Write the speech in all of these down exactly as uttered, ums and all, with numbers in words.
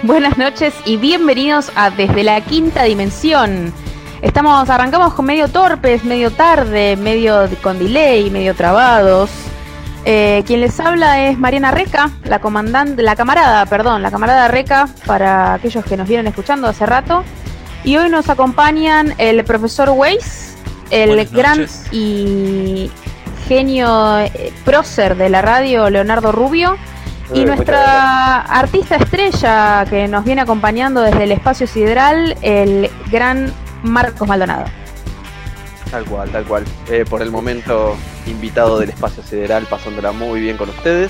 Buenas noches y bienvenidos a Desde la Quinta Dimensión. Estamos, arrancamos con medio torpes, medio tarde, medio con delay, medio trabados. Eh, quien les habla es Mariana Reca, la comandante, la camarada, perdón, la camarada Reca, para aquellos que nos vienen escuchando hace rato. Y hoy nos acompañan el profesor Weiss, el gran y genio eh, prócer de la radio, Leonardo Rubio. Y eh, nuestra artista estrella que nos viene acompañando desde el espacio sideral, el gran Marcos Maldonado. Tal cual, tal cual. Eh, por el momento, invitado del espacio sideral, pasándola muy bien con ustedes.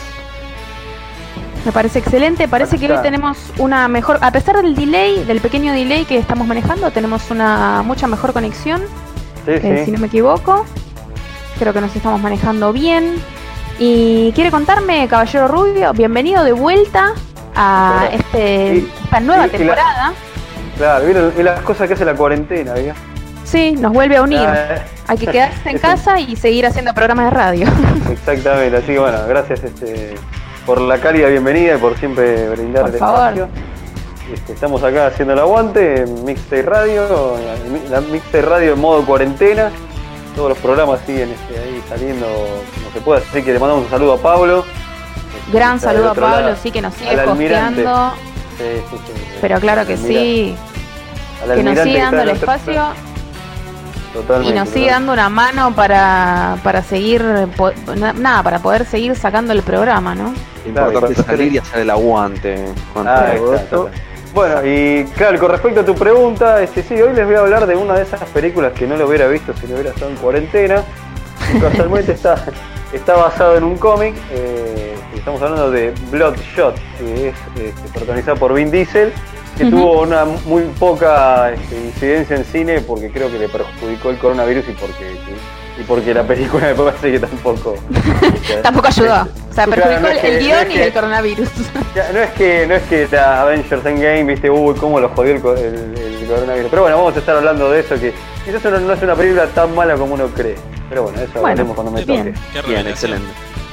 Me parece excelente, parece que hoy tenemos una mejor, a pesar del delay, del pequeño delay que estamos manejando, tenemos una mucha mejor conexión, sí, eh, sí. si no me equivoco. Creo que nos estamos manejando bien. Y quiere contarme, caballero Rubio, bienvenido de vuelta a este, y, esta nueva y, temporada. Y la, claro, ¿vieron? Y las cosas que hace la cuarentena, ¿vio? Sí, nos vuelve a unir. Ah, Hay que quedarse en casa y seguir haciendo programas de radio. Exactamente, así que bueno, gracias este, por la cálida bienvenida y por siempre brindar el espacio. Este, estamos acá haciendo el aguante en Mixtape Radio, la Mixtape Radio en modo cuarentena. Todos los programas siguen este, ahí saliendo como se puede, así que le mandamos un saludo a Pablo. Gran saludo a Pablo, lado, sí, que nos sigue posteando. Sí, sí, sí, sí. Pero claro que sí, que nos sigue dando el espacio. Totalmente, y nos sigue dando una mano para, para seguir, po, nada, para poder seguir sacando el programa, ¿no? Importante claro, salir y hacer el aguante. Ah, exacto. Bueno, y claro, con respecto a tu pregunta, este, sí, hoy les voy a hablar de una de esas películas que no lo hubiera visto si no hubiera estado en cuarentena. Casualmente está, está basado en un cómic, eh, estamos hablando de Bloodshot, que es este, protagonizado por Vin Diesel, que uh-huh. tuvo una muy poca este, incidencia en cine porque creo que le perjudicó el coronavirus y porque... ¿sí? Y porque la película me parece que tampoco... tampoco ayudó. O sea, perjudicó claro, no es que, el guión no es que, y el coronavirus. No es que no es que la Avengers Endgame, viste, uy, cómo lo jodió el, el, el coronavirus. Pero bueno, vamos a estar hablando de eso, que quizás no, no es una película tan mala como uno cree. Pero bueno, eso bueno, hablaremos cuando me bien. toque. Bien, excelente.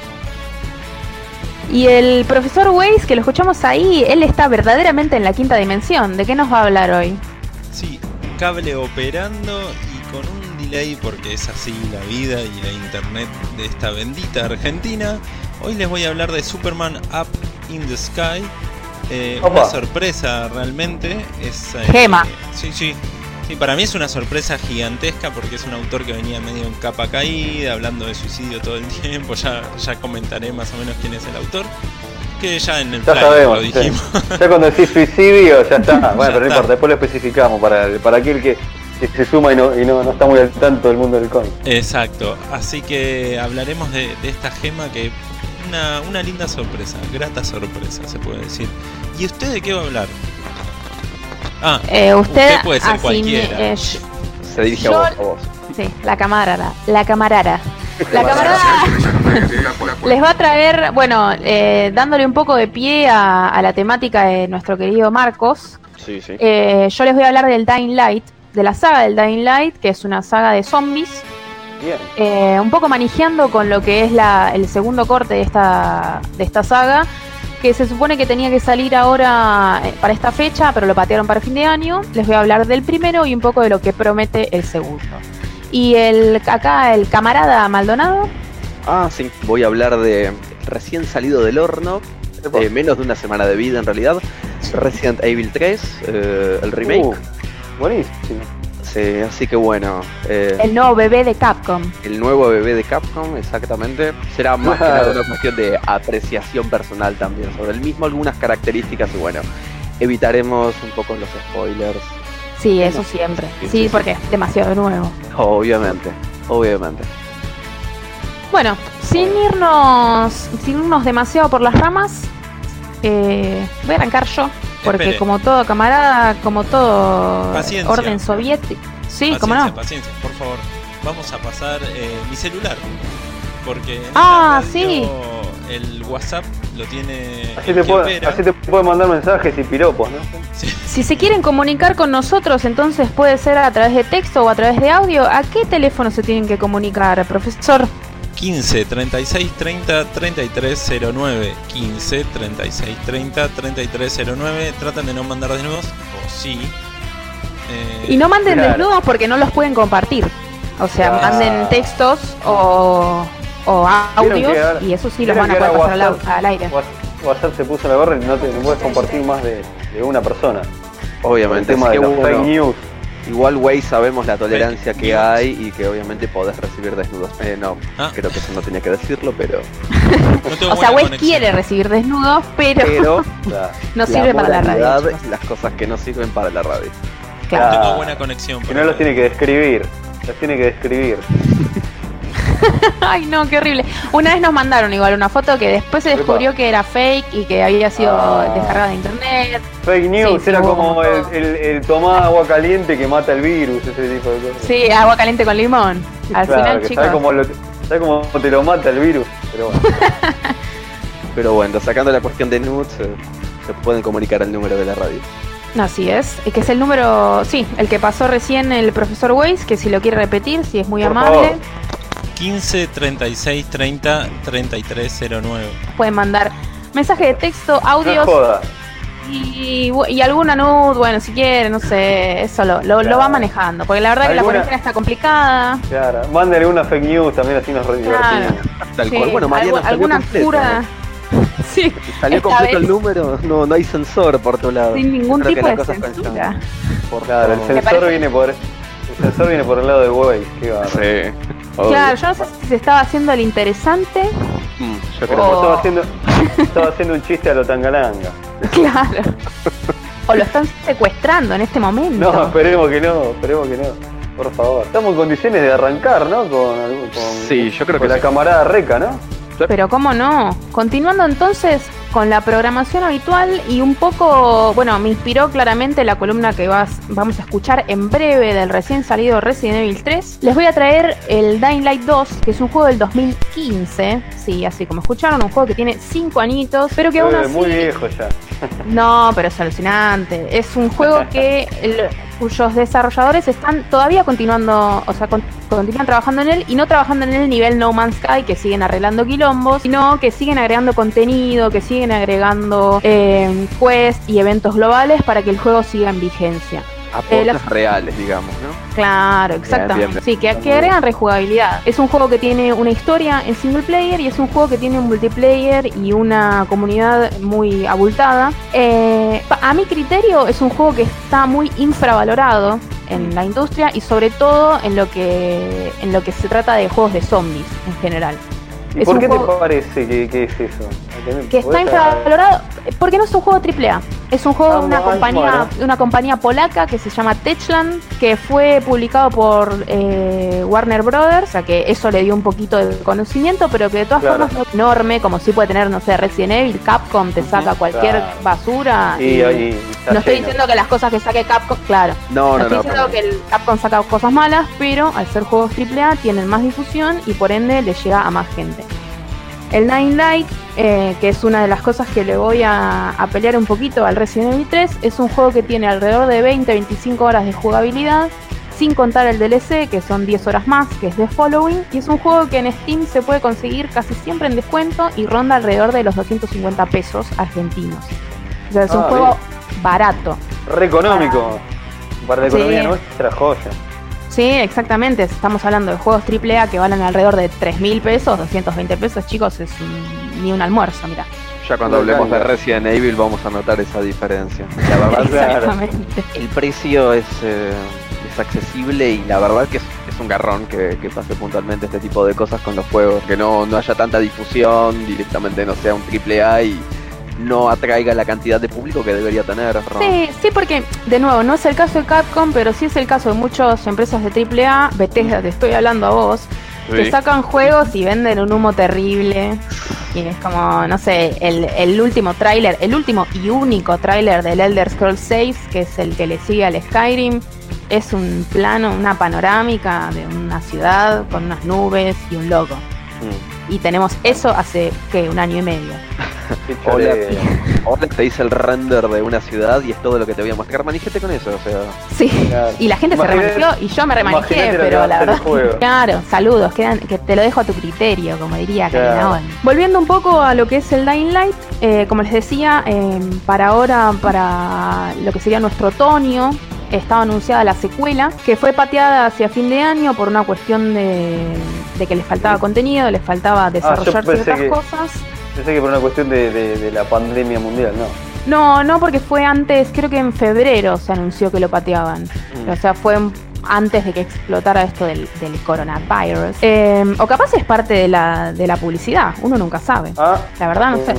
Y el profesor Weiss, que lo escuchamos ahí, él está verdaderamente en la quinta dimensión. ¿De qué nos va a hablar hoy? Sí, cable operando y con un delay porque es así la vida y la internet de esta bendita Argentina. Hoy les voy a hablar de Superman Up in the Sky. Eh, una sorpresa realmente. Es, eh, Gema. Sí, sí. Sí, para mí es una sorpresa gigantesca porque es un autor que venía medio en capa caída, hablando de suicidio todo el tiempo. Ya, ya comentaré más o menos quién es el autor. Que ya en el ya plan sabemos, lo dijimos. Sí. Ya cuando decís suicidio, ya está. Bueno, ya pero no importa, después lo especificamos para, para aquel que, que se suma y, no, y no, no está muy al tanto del mundo del cómic. Exacto. Así que hablaremos de, de esta gema que una, una linda sorpresa, grata sorpresa se puede decir. ¿Y usted de qué va a hablar? Ah, eh, usted, usted puede ser cualquiera. Me, eh, se dirige yo, a vos, a vos. Sí, la camarada, la camarada. La camarada les va a traer, bueno, eh, dándole un poco de pie a, a la temática de nuestro querido Marcos. Sí, sí. Eh, yo les voy a hablar del Dying Light, de la saga del Dying Light, que es una saga de zombies. Bien. Eh, un poco manejando con lo que es la, el segundo corte de esta, de esta saga, que se supone que tenía que salir ahora para esta fecha, pero lo patearon para fin de año. Les voy a hablar del primero y un poco de lo que promete el segundo. Y el acá el camarada Maldonado. Ah, sí, voy a hablar de recién salido del horno, eh, menos de una semana de vida en realidad, Resident Evil tres, eh, el remake. Uh, buenísimo. Sí, así que bueno. Eh, el nuevo bebé de Capcom. El nuevo bebé de Capcom, exactamente. Será más que nada una cuestión de apreciación personal también sobre el mismo, algunas características y bueno, evitaremos un poco los spoilers. Sí, eso siempre. Sí, sí, sí, porque es demasiado nuevo. Obviamente, obviamente. Bueno, sin irnos, sin irnos demasiado por las ramas, eh, voy a arrancar yo, porque Espere. como todo camarada, como todo paciencia. Orden soviético. Sí, paciencia, cómo no. Paciencia, por favor. Vamos a pasar eh, mi celular, porque en ah, esta radio sí. el WhatsApp lo tiene. Así te, puede, así te puede mandar mensajes y piropos, ¿no? Sí. Si se quieren comunicar con nosotros, entonces puede ser a través de texto o a través de audio. ¿A qué teléfono se tienen que comunicar, profesor? quince treinta y seis treinta treinta y tres cero nueve. quince treinta y seis treinta treinta y tres cero nueve. Tratan de no mandar desnudos, o sí. Eh, y no manden claro. desnudos porque no los pueden compartir. O sea, Ah. manden textos o, o audios que ahora- y eso sí los vieron van a que poder ahora pasar al, WhatsApp- al aire. Whats- WhatsApp se puso en la gorra y no, te, no puedes compartir más de, de una persona. Obviamente, El tema así de que los bueno, fake news. igual, güey, sabemos la tolerancia Fake que news. hay y que obviamente podés recibir desnudos. Eh, no, Ah. creo que eso no tenía que decirlo, pero, no tengo O sea, buena Wes conexión. quiere recibir desnudos, pero, pero Claro. no sirve para la radio. moralidad chicos. y las cosas que no sirven para la radio. Claro. No tengo Ah. buena conexión. Que pero- no los tiene que describir. Los tiene que describir. Ay, no, qué horrible. Una vez nos mandaron igual una foto que después se descubrió Epa. que era fake y que había sido Ah. descargada de internet. Fake news, Sí, sí, era hubo como un el, montón. el, el tomar agua caliente que mata el virus, ese tipo de cosas. Sí, agua caliente con limón. Al Claro, final, que chicos. sabe cómo, lo, sabe cómo te lo mata el virus. Pero bueno. Pero bueno, sacando la cuestión de nudes, eh, se pueden comunicar al número de la radio. Así es, eh, que es el número, sí, el que pasó recién el profesor Weiss, que si lo quiere repetir, si es muy Por amable, favor. quince treinta y seis treinta treinta y tres cero nueve. pueden mandar mensaje de texto, No audios joda. y, y alguna nude, bueno, si quieren, no sé, eso lo, lo, lo Claro. va manejando, porque la verdad que la ¿Alguna? cuarentena está complicada. Claro. Mándale una fake news también, así nos re Claro. divertimos. Tal Sí, cual. Bueno, Mariano, algu- salió alguna completo, cura. Sí, ¿no? Salió esta completo vez el número, no, no hay sensor por tu lado. sin ningún Creo que tipo la de cosa está censura. en- Por Claro, el favor. sensor parece- viene por el sensor viene por el lado de Waze, qué bárbaro. Sí. obvio. Claro, yo no sé si se estaba haciendo el interesante. Mm, yo creo Como Oh. estaba haciendo estaba haciendo un chiste a lo tangalanga. Claro. O lo están secuestrando en este momento. No, esperemos que no, esperemos que no. Por favor. Estamos en condiciones de arrancar, ¿no? Con, algún- con Sí, yo creo con que la sí. camarada Reca, ¿no? Pero cómo no. Continuando entonces con la programación habitual y un poco, bueno, me inspiró claramente la columna que vas, vamos a escuchar en breve del recién salido Resident Evil tres. Les voy a traer el Dying Light dos, que es un juego del dos mil quince. Sí, así como escucharon, un juego que tiene cinco añitos, pero que aún Eh, así... muy viejo ya. No, pero es alucinante. Es un juego que el- cuyos desarrolladores están todavía continuando, o sea, con- continúan trabajando en él y no trabajando en el nivel No Man's Sky, que siguen arreglando quilombos, sino que siguen agregando contenido, que siguen agregando eh, quests y eventos globales para que el juego siga en vigencia. Aportes Eh, las- reales, digamos, ¿no? Claro, exactamente. bien, bien. Sí, que, Está que muy agregan rejugabilidad. Es un juego que tiene una historia en single player y es un juego que tiene un multiplayer y una comunidad muy abultada. Eh, pa- a mi criterio es un juego que está muy infravalorado en la industria y sobre todo en lo que en lo que se trata de juegos de zombies en general. ¿Y Es por un qué juego- te parece que, que es eso? Que está ¿Podés- infravalorado porque no es un juego triple A. Es un juego Ah, de una bueno, compañía, bueno. una compañía polaca que se llama Techland, que fue publicado por eh, Warner Brothers, o sea que eso le dio un poquito de conocimiento, pero que de todas Claro. formas no es enorme, como si puede tener, no sé, Resident Evil, Capcom te saca cualquier Claro. basura. Y y- ahí está no estoy lleno. diciendo que las cosas que saque Capcom, claro. No, No, no, estoy no. diciendo pero- que el Capcom saca cosas malas, pero al ser juegos triple A tienen más difusión y por ende le llega a más gente. El Dying Light, eh, que es una de las cosas que le voy a, a pelear un poquito al Resident Evil tres, es un juego que tiene alrededor de veinte a veinticinco horas de jugabilidad, sin contar el D L C, que son diez horas más, que es The Following, y es un juego que en Steam se puede conseguir casi siempre en descuento y ronda alrededor de los doscientos cincuenta pesos argentinos. O sea, es un Ah, juego barato. Re económico. Para la Sí. economía nuestra, joya. Sí, exactamente. Estamos hablando de juegos triple A que valen alrededor de tres mil pesos, doscientos veinte pesos, chicos, es un- ni un almuerzo, mira. Ya cuando Claro. hablemos de Resident Evil vamos a notar esa diferencia. La verdad, Claro. Exactamente. el precio es, eh, es accesible y la verdad que es, es un garrón que, que pase puntualmente este tipo de cosas con los juegos. Que no, no haya tanta difusión, directamente no sea un triple A y no atraiga la cantidad de público que debería tener. ¿no? Sí, sí, porque de nuevo, no es el caso de Capcom, pero sí es el caso de muchas empresas de triple A, Bethesda, te estoy hablando a vos, que Sí. sacan juegos y venden un humo terrible. Y es como, no sé, el, el último tráiler, el último y único tráiler del Elder Scrolls seis, que es el que le sigue al Skyrim, es un plano, una panorámica de una ciudad con unas nubes y un logo. Mm. Y tenemos eso hace, ¿qué? Un año y medio. Hola, hola, te dice el render de una ciudad y es todo lo que te voy a mostrar. Manijete con eso, o sea. Sí, claro. Y la gente Imagínate, se remanejó y yo me remanejé, pero la verdad. Claro, saludos, quedan, que te lo dejo a tu criterio, como diría Karina claro. On. Volviendo un poco a lo que es el Dying Light, eh, como les decía, eh, para ahora, para lo que sería nuestro otoño, estaba anunciada la secuela, que fue pateada hacia fin de año por una cuestión de, de que les faltaba contenido, les faltaba desarrollar ah, ciertas que, cosas. Pensé que por una cuestión de, de, de la pandemia mundial, ¿no? No, no, porque fue antes, creo que en febrero se anunció que lo pateaban. Mm. O sea, fue antes de que explotara esto del, del coronavirus. Eh, o capaz es parte de la, de la publicidad, uno nunca sabe. Ah, la verdad no sé.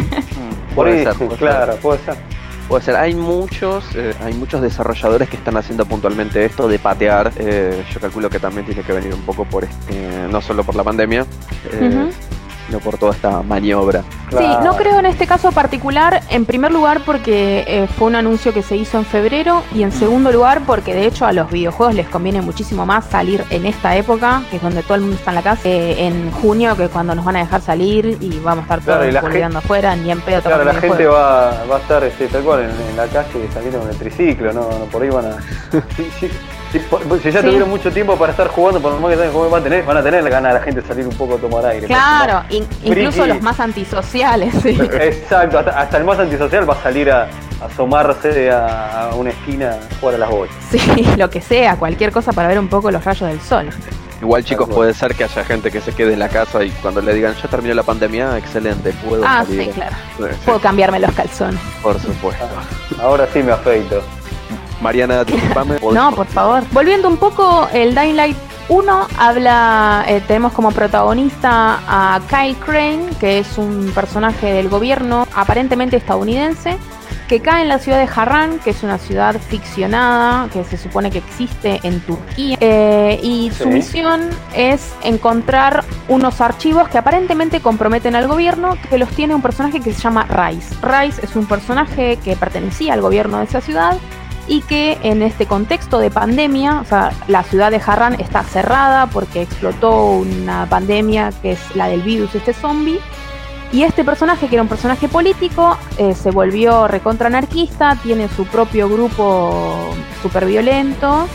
Puede ser, puede claro, ser. puede ser. Puede ser, hay muchos, eh, hay muchos desarrolladores que están haciendo puntualmente esto de patear. Eh, yo calculo que también tiene que venir un poco por este, no solo por la pandemia, eh, uh-huh. sino por toda esta maniobra. Sí, no creo en este caso particular, en primer lugar porque eh, fue un anuncio que se hizo en febrero y en segundo lugar porque de hecho a los videojuegos les conviene muchísimo más salir en esta época, que es donde todo el mundo está en la casa, eh, en junio, que es cuando nos van a dejar salir y vamos a estar todos claro, colgando afuera, ni en pedo. Claro, la gente va, va a estar este, tal cual en, en la calle saliendo con el triciclo, no, no por ahí van a... sí, sí. Si, si ya sí. tuvieron mucho tiempo para estar jugando, por lo más que tengan como van a tener, van a tener la gana de la gente de salir un poco a tomar aire. Claro, in, incluso los más antisociales. Sí. Exacto, hasta, hasta el más antisocial va a salir a, a asomarse a, a una esquina a jugar a las bolas. Sí, lo que sea, cualquier cosa para ver un poco los rayos del sol. Igual chicos, puede ser que haya gente que se quede en la casa y cuando le digan ya terminó la pandemia, excelente, puedo ah, salir. Sí, claro. Sí. Puedo cambiarme los calzones. Por supuesto. Ah, ahora sí me afeito. Mariana, disculpame. No, por favor. Volviendo un poco, el Dying Light uno habla, eh, tenemos como protagonista a Kyle Crane, que es un personaje del gobierno aparentemente estadounidense, que cae en la ciudad de Harran, que es una ciudad ficcionada, que se supone que existe en Turquía, eh, y su sí. misión es encontrar unos archivos que aparentemente comprometen al gobierno, que los tiene un personaje que se llama Rice. Rice es un personaje que pertenecía al gobierno de esa ciudad, y que en este contexto de pandemia, o sea, la ciudad de Harran está cerrada porque explotó una pandemia que es la del virus este zombie, y este personaje, que era un personaje político, eh, se volvió recontra anarquista, tiene su propio grupo súper violento,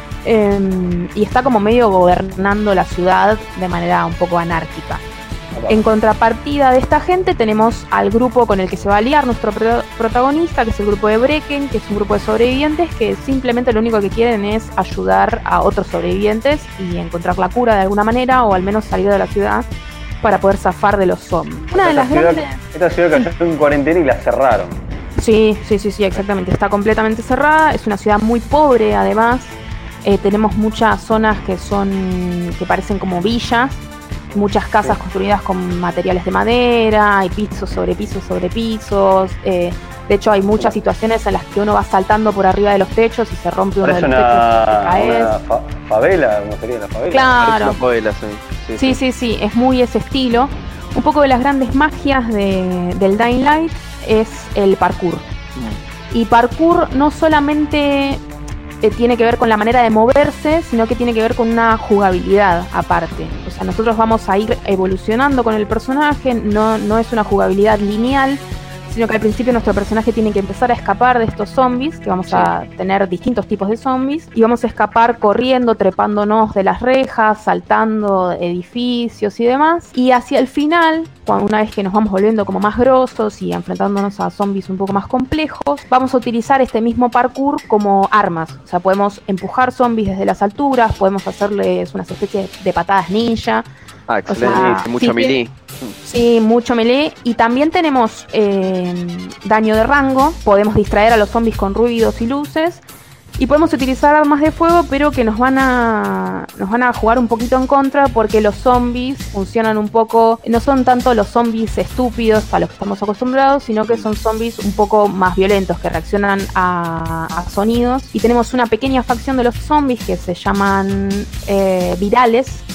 eh, y está como medio gobernando la ciudad de manera un poco anárquica. En contrapartida de esta gente tenemos al grupo con el que se va a aliar nuestro pro- protagonista, que es el grupo de Brecken, que es un grupo de sobrevivientes que simplemente lo único que quieren es ayudar a otros sobrevivientes y encontrar la cura de alguna manera, o al menos salir de la ciudad para poder zafar de los zombies. Una de las ciudad, grandes... Esta ciudad cayó en cuarentena y la cerraron. Sí, sí, sí, sí, exactamente. Está completamente cerrada. Es una ciudad muy pobre, además. Eh, tenemos muchas zonas que son que parecen como villas. Muchas casas sí. construidas con materiales de madera, hay pisos sobre pisos sobre pisos. Eh, de hecho, hay muchas situaciones en las que uno va saltando por arriba de los techos y se rompe uno de los una, techos y te caes. Una fa- favela, ¿cómo sería la favela? Claro. Favela, sí. Sí, sí, sí, sí, es muy ese estilo. Un poco de las grandes magias de, del Dying Light es el parkour. Mm. Y parkour no solamente... Eh, tiene que ver con la manera de moverse, sino que tiene que ver con una jugabilidad aparte. O sea, nosotros vamos a ir evolucionando con el personaje, no, no es una jugabilidad lineal, sino que al principio nuestro personaje tiene que empezar a escapar de estos zombies, que vamos sí. a tener distintos tipos de zombies, y vamos a escapar corriendo, trepándonos de las rejas, saltando edificios y demás, y hacia el final, cuando una vez que nos vamos volviendo como más grosos y enfrentándonos a zombies un poco más complejos, vamos a utilizar este mismo parkour como armas. O sea, podemos empujar zombies desde las alturas, podemos hacerles unas especies de patadas ninja. Ah, excelente, o sea, mucho sí, melee. Sí, mucho melee. Y también tenemos eh, daño de rango, podemos distraer a los zombies con ruidos y luces. Y podemos utilizar armas de fuego, pero que nos van a nos van a jugar un poquito en contra, porque los zombies funcionan un poco, no son tanto los zombies estúpidos a los que estamos acostumbrados, sino que son zombies un poco más violentos, que reaccionan a, a sonidos. Y tenemos una pequeña facción de los zombies que se llaman eh, virales,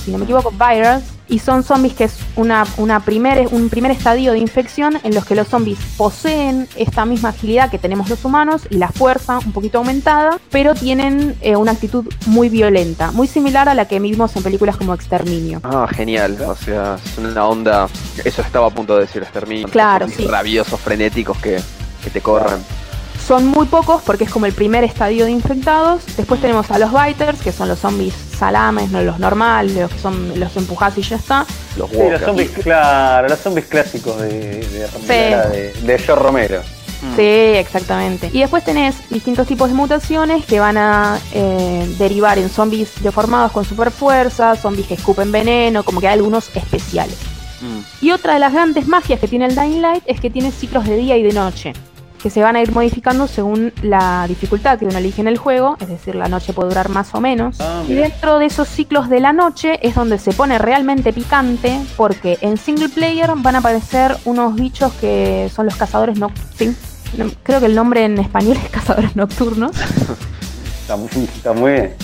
si no me equivoco, virals, y son zombies que es una, una primer, un primer estadio de infección en los que los zombies poseen esta misma agilidad que tenemos los humanos y la fuerza un poquito aumentada, pero tienen eh, una actitud muy violenta, muy similar a la que vimos en películas como Exterminio. Ah, genial, o sea, es una onda, eso estaba a punto de decir, Exterminio. Claro, sí. Rabiosos, frenéticos que, que te corren. Son muy pocos porque es como el primer estadio de infectados. Después tenemos a los biters, que son los zombies salames, no los normales, los que son los empujás y ya está. Los sí, los zombies, claro, los zombies clásicos de, de, sí. de, de George Romero. Sí, exactamente. Y después tenés distintos tipos de mutaciones que van a eh, derivar en zombies deformados con super fuerza, zombies que escupen veneno, como que hay algunos especiales. Mm. Y otra de las grandes magias que tiene el Dying Light es que tiene ciclos de día y de noche, que se van a ir modificando según la dificultad que uno elige en el juego, es decir, la noche puede durar más o menos. Ah, y dentro de esos ciclos de la noche es donde se pone realmente picante, porque en single player van a aparecer unos bichos que son los cazadores nocturnos. Sí, creo que el nombre en español es cazadores nocturnos. Está muy, está muy bien.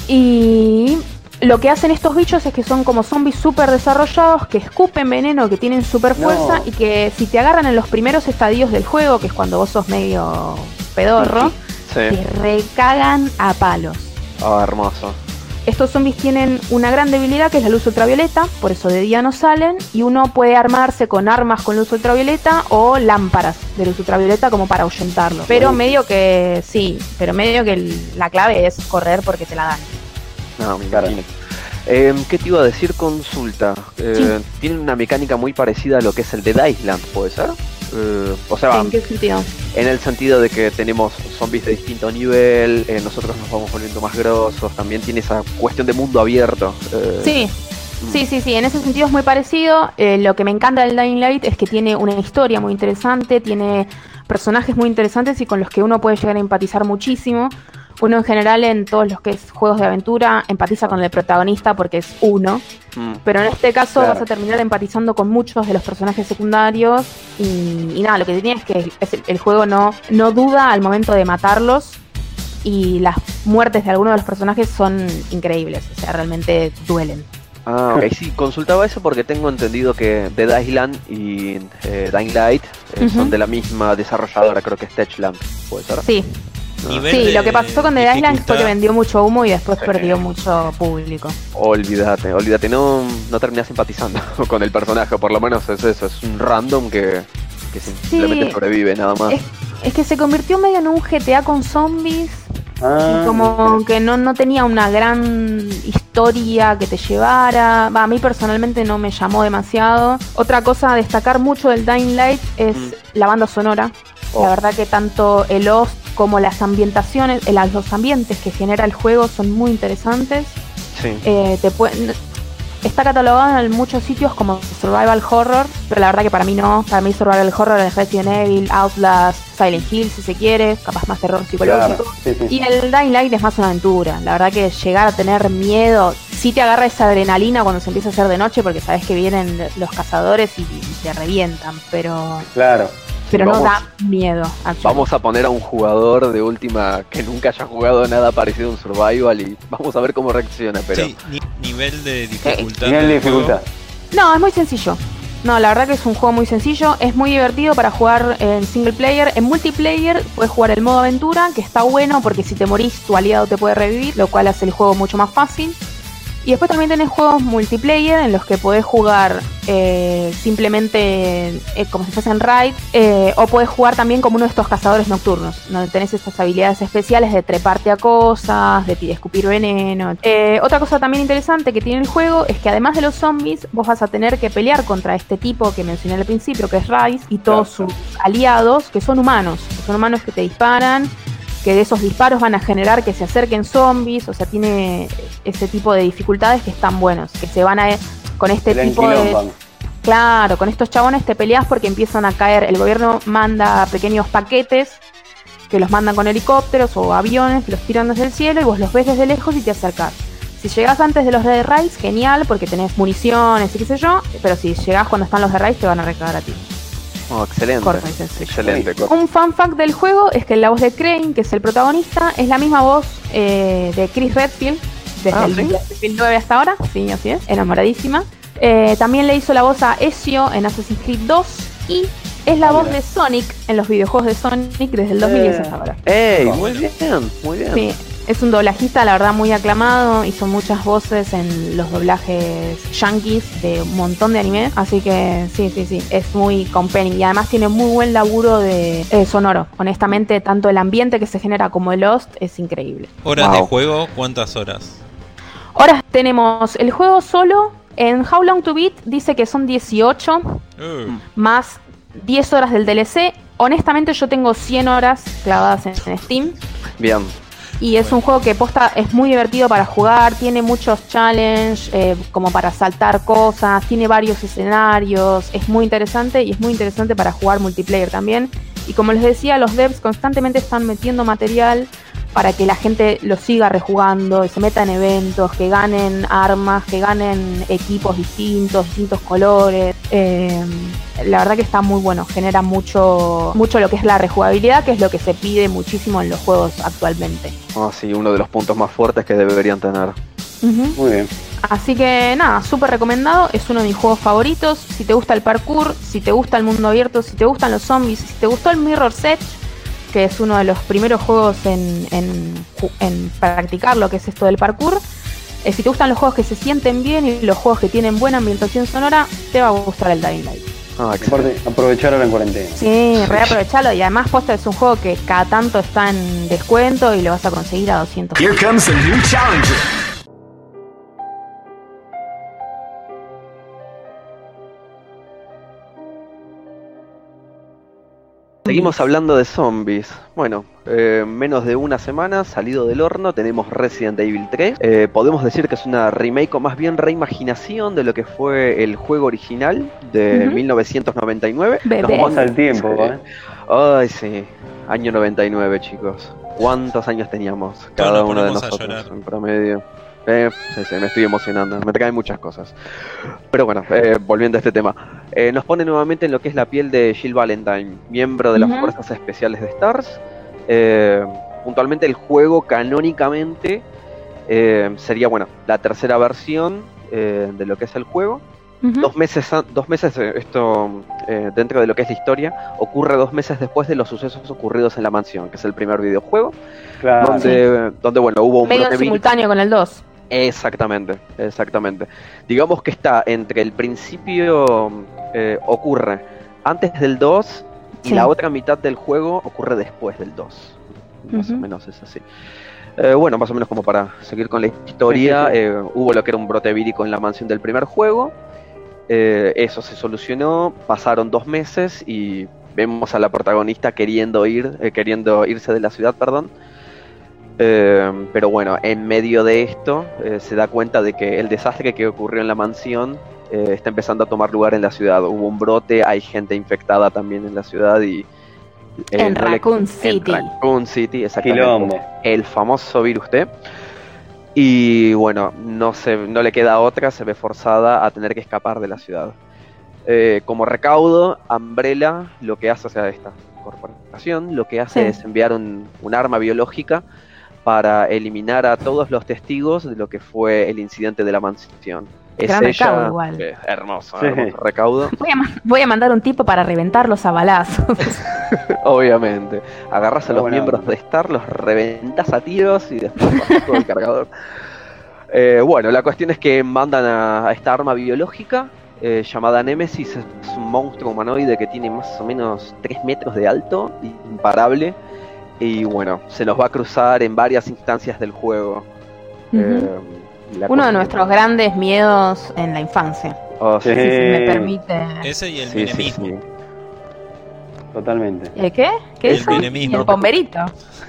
Y lo que hacen estos bichos es que son como zombies súper desarrollados, que escupen veneno, que tienen súper fuerza, no. Y que si te agarran en los primeros estadios del juego, que es cuando vos sos medio pedorro, sí. Te recagan a palos. Ah, oh, hermoso. Estos zombies tienen una gran debilidad que es la luz ultravioleta, por eso de día no salen, y uno puede armarse con armas con luz ultravioleta o lámparas de luz ultravioleta como para ahuyentarlo. Pero medio que, sí, pero medio que el, la clave es correr porque te la dan. No, me imagino. Eh, ¿Qué te iba a decir? Consulta. Eh, sí. Tiene una mecánica muy parecida a lo que es el de Island, ¿puede ser? Eh, o sea, ¿en qué sentido? En el sentido de que tenemos zombies de distinto nivel, eh, nosotros nos vamos volviendo más grosos, también tiene esa cuestión de mundo abierto. Eh, sí. Sí, sí, sí, en ese sentido es muy parecido. Eh, lo que me encanta del Dying Light es que tiene una historia muy interesante, tiene personajes muy interesantes y con los que uno puede llegar a empatizar muchísimo. Uno en general en todos los que es juegos de aventura empatiza con el protagonista porque es uno, mm. pero en este caso claro. Vas a terminar empatizando con muchos de los personajes secundarios y, y nada, lo que tiene es que es el, el juego no, no duda al momento de matarlos y las muertes de algunos de los personajes son increíbles, o sea, realmente duelen. Ah, ok, sí, consultaba eso porque tengo entendido que Dead Island y eh, Dying Light eh, uh-huh. son de la misma desarrolladora, creo que es Techland, ¿puede ser? Sí. No. Sí, lo que pasó con Dead Island fue que vendió mucho humo y después sí. perdió mucho público. Olvídate, olvídate, no, no terminás simpatizando con el personaje, por lo menos es eso, es un random que, que simplemente sí. sobrevive nada más. Es, es que se convirtió medio en un G T A con zombies. Ah, y como que no, no tenía una gran historia que te llevara. Va, a mí personalmente no me llamó demasiado. Otra cosa a destacar mucho del Dying Light es mm. la banda sonora. Oh. La verdad que tanto el host como las ambientaciones, el, los ambientes que genera el juego son muy interesantes. Sí. Eh, te pueden, está catalogado en muchos sitios como Survival Horror, pero la verdad que para mí no. Para mí Survival Horror es Resident Evil, Outlast, Silent Hill si se quiere, capaz más terror psicológico. Claro. Sí, sí. Y el Dying Light es más una aventura. La verdad que llegar a tener miedo, sí te agarra esa adrenalina cuando se empieza a hacer de noche porque sabes que vienen los cazadores y, y te revientan, pero... Claro. Pero vamos, no da miedo. Vamos a poner a un jugador de última que nunca haya jugado nada parecido a un survival y vamos a ver cómo reacciona. Pero sí, ni, nivel de dificultad. ¿Qué? Nivel de dificultad. No, es muy sencillo. No, la verdad que es un juego muy sencillo. Es muy divertido para jugar en single player. En multiplayer puedes jugar el modo aventura, que está bueno porque si te morís tu aliado te puede revivir, lo cual hace el juego mucho más fácil. Y después también tenés juegos multiplayer en los que podés jugar eh, simplemente eh, como si fuesen raid, eh, o podés jugar también como uno de estos cazadores nocturnos, donde tenés esas habilidades especiales de treparte a cosas, de, de escupir veneno. Eh, otra cosa también interesante que tiene el juego es que además de los zombies, vos vas a tener que pelear contra este tipo que mencioné al principio, que es Rise, y todos sus aliados, que son humanos, que son humanos que te disparan, que de esos disparos van a generar que se acerquen zombies, o sea, tiene ese tipo de dificultades que están buenos, que se van a con este el tipo de... Claro, con estos chabones te peleas porque empiezan a caer, el gobierno manda pequeños paquetes que los mandan con helicópteros o aviones, que los tiran desde el cielo y vos los ves desde lejos y te acercás. Si llegás antes de los de Rise, genial, porque tenés municiones y qué sé yo, pero si llegás cuando están los de Rise te van a recagar a ti. Oh, excelente. Corta y sencillo. Excelente. Corta. Un fun fact del juego es que la voz de Crane, que es el protagonista, es la misma voz eh, de Chris Redfield, desde Ah, el ¿sí? dos mil nueve hasta ahora, sí, así es, enamoradísima. Eh, también le hizo la voz a Ezio en Assassin's Creed dos y es la Ah, voz mira. de Sonic en los videojuegos de Sonic desde el dos mil diez Eh. hasta ahora. ¡Ey! Ah, Muy bueno. bien, muy bien. Sí, es un doblajista, la verdad, muy aclamado. Hizo muchas voces en los doblajes yankees de un montón de anime. Así que sí, sí, sí, es muy compelling. Y además tiene muy buen laburo de eh, sonoro. Honestamente, tanto el ambiente que se genera como el Lost es increíble. ¿Horas Wow. de juego? ¿Cuántas horas? Ahora tenemos el juego solo. En How Long to Beat dice que son dieciocho Uh, más diez horas del D L C. Honestamente, yo tengo cien horas clavadas en, en Steam. Bien. Y es un juego que posta es muy divertido para jugar, tiene muchos challenges, eh, como para saltar cosas, tiene varios escenarios, es muy interesante y es muy interesante para jugar multiplayer también. Y como les decía, los devs constantemente están metiendo material para que la gente lo siga rejugando y se meta en eventos, que ganen armas, que ganen equipos distintos, distintos colores. Eh, la verdad que está muy bueno, genera mucho, mucho lo que es la rejugabilidad, que es lo que se pide muchísimo en los juegos actualmente. Ah, sí, uno de los puntos más fuertes que deberían tener. Ujú. Muy bien. Así que nada, súper recomendado, es uno de mis juegos favoritos. Si te gusta el parkour, si te gusta el mundo abierto, si te gustan los zombies, si te gustó el Mirror's Edge, que es uno de los primeros juegos en, en, ju- en practicar lo que es esto del parkour, eh, si te gustan los juegos que se sienten bien y los juegos que tienen buena ambientación sonora, te va a gustar el Dying Light. Ah, excelente. Aparte, aprovechar ahora en cuarentena. Sí, reaprovechalo y además posta es un juego que cada tanto está en descuento y lo vas a conseguir a doscientos. Here comes a new challenger. Seguimos hablando de zombies. Bueno, eh, menos de una semana salido del horno tenemos Resident Evil tres. Eh, podemos decir que es una remake o más bien reimaginación de lo que fue el juego original de Ujú. mil novecientos noventa y nueve. Bebé. Nos Pasa el tiempo, Sí. ¿eh? Ay, sí. Año noventa y nueve, chicos. ¿Cuántos años teníamos cada Todos nos uno de ponemos a nosotros llorar. en promedio? Eh, sí, sí, me estoy emocionando. Me traen muchas cosas. Pero bueno, eh, volviendo a este tema. Eh, nos pone nuevamente en lo que es la piel de Jill Valentine, miembro de las Ujú. Fuerzas Especiales de STARS. Eh, puntualmente el juego canónicamente eh, sería, bueno, la tercera versión eh, de lo que es el juego. Ujú. Dos meses, an- dos meses eh, esto eh, dentro de lo que es la historia, ocurre dos meses después de los sucesos ocurridos en la mansión, que es el primer videojuego, Claro. donde, donde bueno, hubo un Medio brote vírico. simultáneo con el dos. Exactamente, exactamente. Digamos que está entre el principio, eh, ocurre antes del dos y Sí. la otra mitad del juego ocurre después del dos. Más o Ujú. menos es así. Eh, bueno, más o menos como para seguir con la historia, Sí, sí, sí. eh, hubo lo que era un brote vírico en la mansión del primer juego. Eh, eso se solucionó, pasaron dos meses y vemos a la protagonista queriendo ir, eh, queriendo irse de la ciudad, perdón. Eh, pero bueno, en medio de esto eh, se da cuenta de que el desastre que ocurrió en la mansión eh, está empezando a tomar lugar en la ciudad. Hubo un brote, hay gente infectada también en la ciudad y... eh, En no le- Raccoon en City. Raccoon City, exactamente. Quilombo. El famoso virus T. Y bueno, no, se, no le queda otra, se ve forzada a tener que escapar de la ciudad. Eh, como recaudo, Umbrella lo que hace, o sea, esta corporación, lo que hace Sí. es enviar un, un arma biológica para eliminar a todos los testigos de lo que fue el incidente de la mansión. Es Gran ella, recaudo igual. eh, hermoso, Sí. hermoso recaudo, Voy a, ma- voy a mandar un tipo para reventarlos a balazos. obviamente. Agarras a Pero los bueno. miembros de Star, los reventas a tiros y después pasas todo el cargador. Eh, bueno, la cuestión es que mandan a, a esta arma biológica eh, llamada Nemesis. Es un monstruo humanoide que tiene más o menos tres metros de alto, imparable. Y bueno, se nos va a cruzar en varias instancias del juego. Ujú. Eh, la Uno de cosa- nuestros grandes miedos en la infancia. Oh, sí, Si se me Eh, permite. Ese y el sí, sí, menemismo. sí. Totalmente. ¿El qué? ¿Qué El hizo? menemismo. Y el pomberito.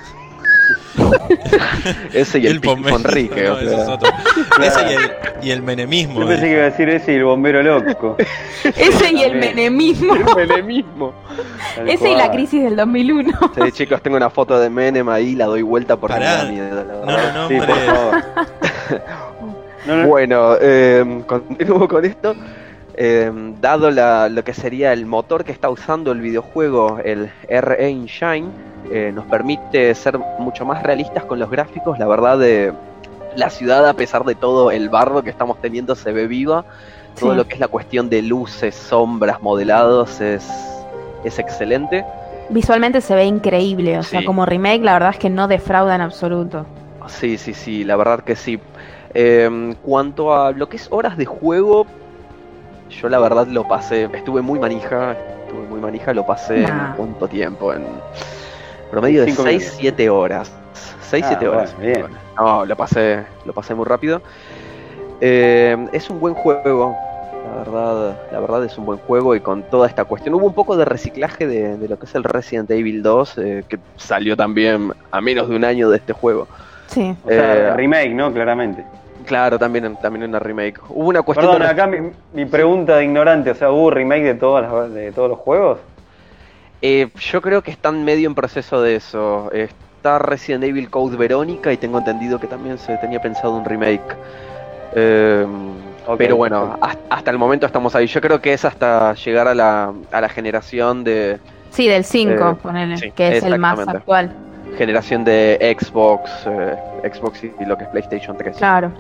Ese y el, Pic pomberismo, Enrique. no, o ese sea. es otro. Ese y el, y el menemismo. Yo pensé que iba a decir ese y el bombero loco. Ese y el También. menemismo. El menemismo. Tal Ese y la cual. crisis del dos mil uno. Sí, chicos, tengo una foto de Menem ahí, la doy vuelta porque me Pará. da miedo, la verdad. No, no, no, Sí, por hombre. favor. No, no, Bueno, eh, continúo con esto. Eh, dado la- lo que sería el motor que está usando el videojuego, el R E Engine, eh, nos permite ser mucho más realistas con los gráficos. La verdad, de, la ciudad, a pesar de todo el barro que estamos teniendo, se ve viva. Todo Sí. lo que es la cuestión de luces, sombras, modelados es, es excelente. Visualmente se ve increíble, o sea, Sí. como remake la verdad es que no defrauda en absoluto. Sí, sí, sí, la verdad que sí. Eh, en cuanto a lo que es horas de juego, yo la verdad lo pasé, estuve muy manija, estuve muy manija, lo pasé Nah. en cuánto tiempo, en promedio de Cinco seis minutos. siete horas. seis Ah, siete horas. bueno, bien. No, lo pasé, lo pasé muy rápido. Eh, es un buen juego, la verdad, la verdad es un buen juego y con toda esta cuestión. Hubo un poco de reciclaje de, de lo que es el Resident Evil dos, eh, que salió también a menos de un año de este juego. Sí. O sea, Eh, remake, ¿no? Claramente. Claro, también, también una remake. Hubo una cuestión Perdón, de... acá mi, mi pregunta de ignorante, o sea, ¿hubo remake de, todas las, de todos los juegos? Eh, yo creo que están medio en proceso de eso. Está Resident Evil Code Verónica y tengo entendido que también se tenía pensado un remake. Eh, Ok, pero bueno, perfecto. hasta, hasta el momento estamos ahí. Yo creo que es hasta llegar a la, a la generación de Sí, del cinco, Eh, ponele, sí, que es el más exactamente. actual. generación de Xbox, eh, Xbox y lo que es PlayStation tres. Claro.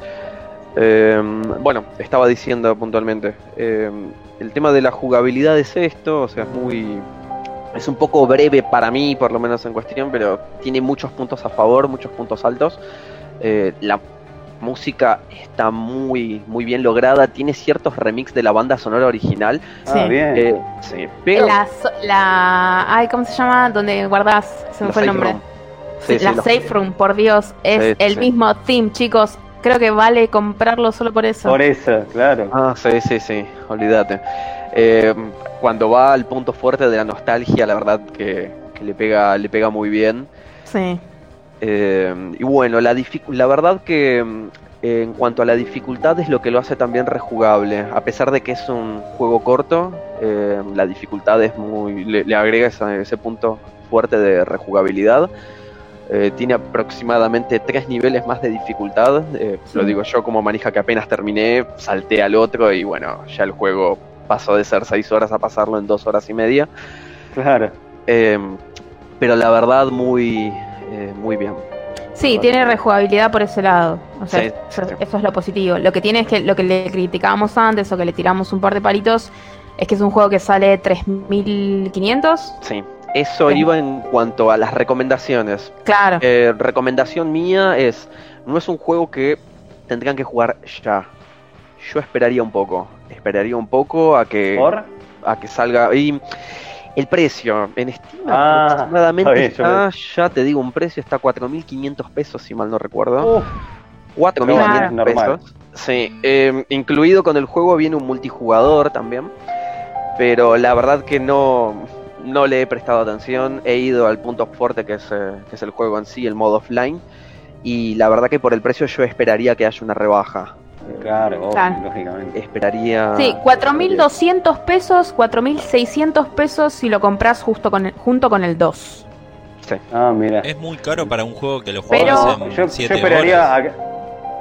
Eh, bueno, estaba diciendo puntualmente, eh, el tema de la jugabilidad es esto, o sea, es muy... Es un poco breve para mí, por lo menos en cuestión, pero tiene muchos puntos a favor, muchos puntos altos. Eh, la música está muy, muy bien lograda, tiene ciertos remix de la banda sonora original. Ah, Sí. bien. Eh, sí, pero... La, so- la... Ay, ¿cómo se llama? Donde guardas, se me la fue el Safe nombre. Room. Sí, Sí, sí, la los- Safe Room, por Dios, es Sí, el sí. mismo theme, chicos. Creo que vale comprarlo solo por eso. Por eso, claro. Ah, sí, sí, sí, olvídate. Eh, cuando va al punto fuerte de la nostalgia, la verdad que, que le pega, le pega muy bien. Sí. Eh, y bueno, la, dificu- la verdad que mm, en cuanto a la dificultad es lo que lo hace también rejugable. A pesar de que es un juego corto, eh, la dificultad es muy, le, le agrega esa- ese punto fuerte de rejugabilidad. Eh, tiene aproximadamente tres niveles más de dificultad. Eh, Sí. Lo digo yo como manija que apenas terminé, salté al otro y bueno, ya el juego pasó de ser seis horas a pasarlo en dos horas y media. Claro. Eh, pero la verdad muy, eh, muy bien. Sí, tiene rejugabilidad por ese lado. O sea, Sí, eso, sí. eso es lo positivo. Lo que tiene es que lo que le criticábamos antes o que le tiramos un par de palitos es que es un juego que sale tres mil quinientos. Sí, eso Sí. iba en cuanto a las recomendaciones. Claro. Eh, recomendación mía es, no es un juego que tendrían que jugar ya. Yo esperaría un poco, esperaría un poco a que, ¿Por? a que salga. Y el precio, en Steam Ah, aproximadamente está bien, yo está, ya te digo, un precio está cuatro mil quinientos pesos, si mal no recuerdo. Uf, cuatro mil quinientos Claro. Normal. pesos. Sí, eh, incluido con el juego viene un multijugador también. Pero la verdad que no, no le he prestado atención. He ido al punto fuerte que es, eh, que es el juego en sí, el modo offline. Y la verdad que por el precio yo esperaría que haya una rebaja. claro, obvio, Claro. lógicamente. Esperaría. Sí, cuatro mil doscientos pesos, cuatro mil seiscientos pesos si lo compras justo con el- junto con el dos. Sí. Ah, mira. Es muy caro para un juego que lo Pero- juegas Yo, en yo siete esperaría horas. a-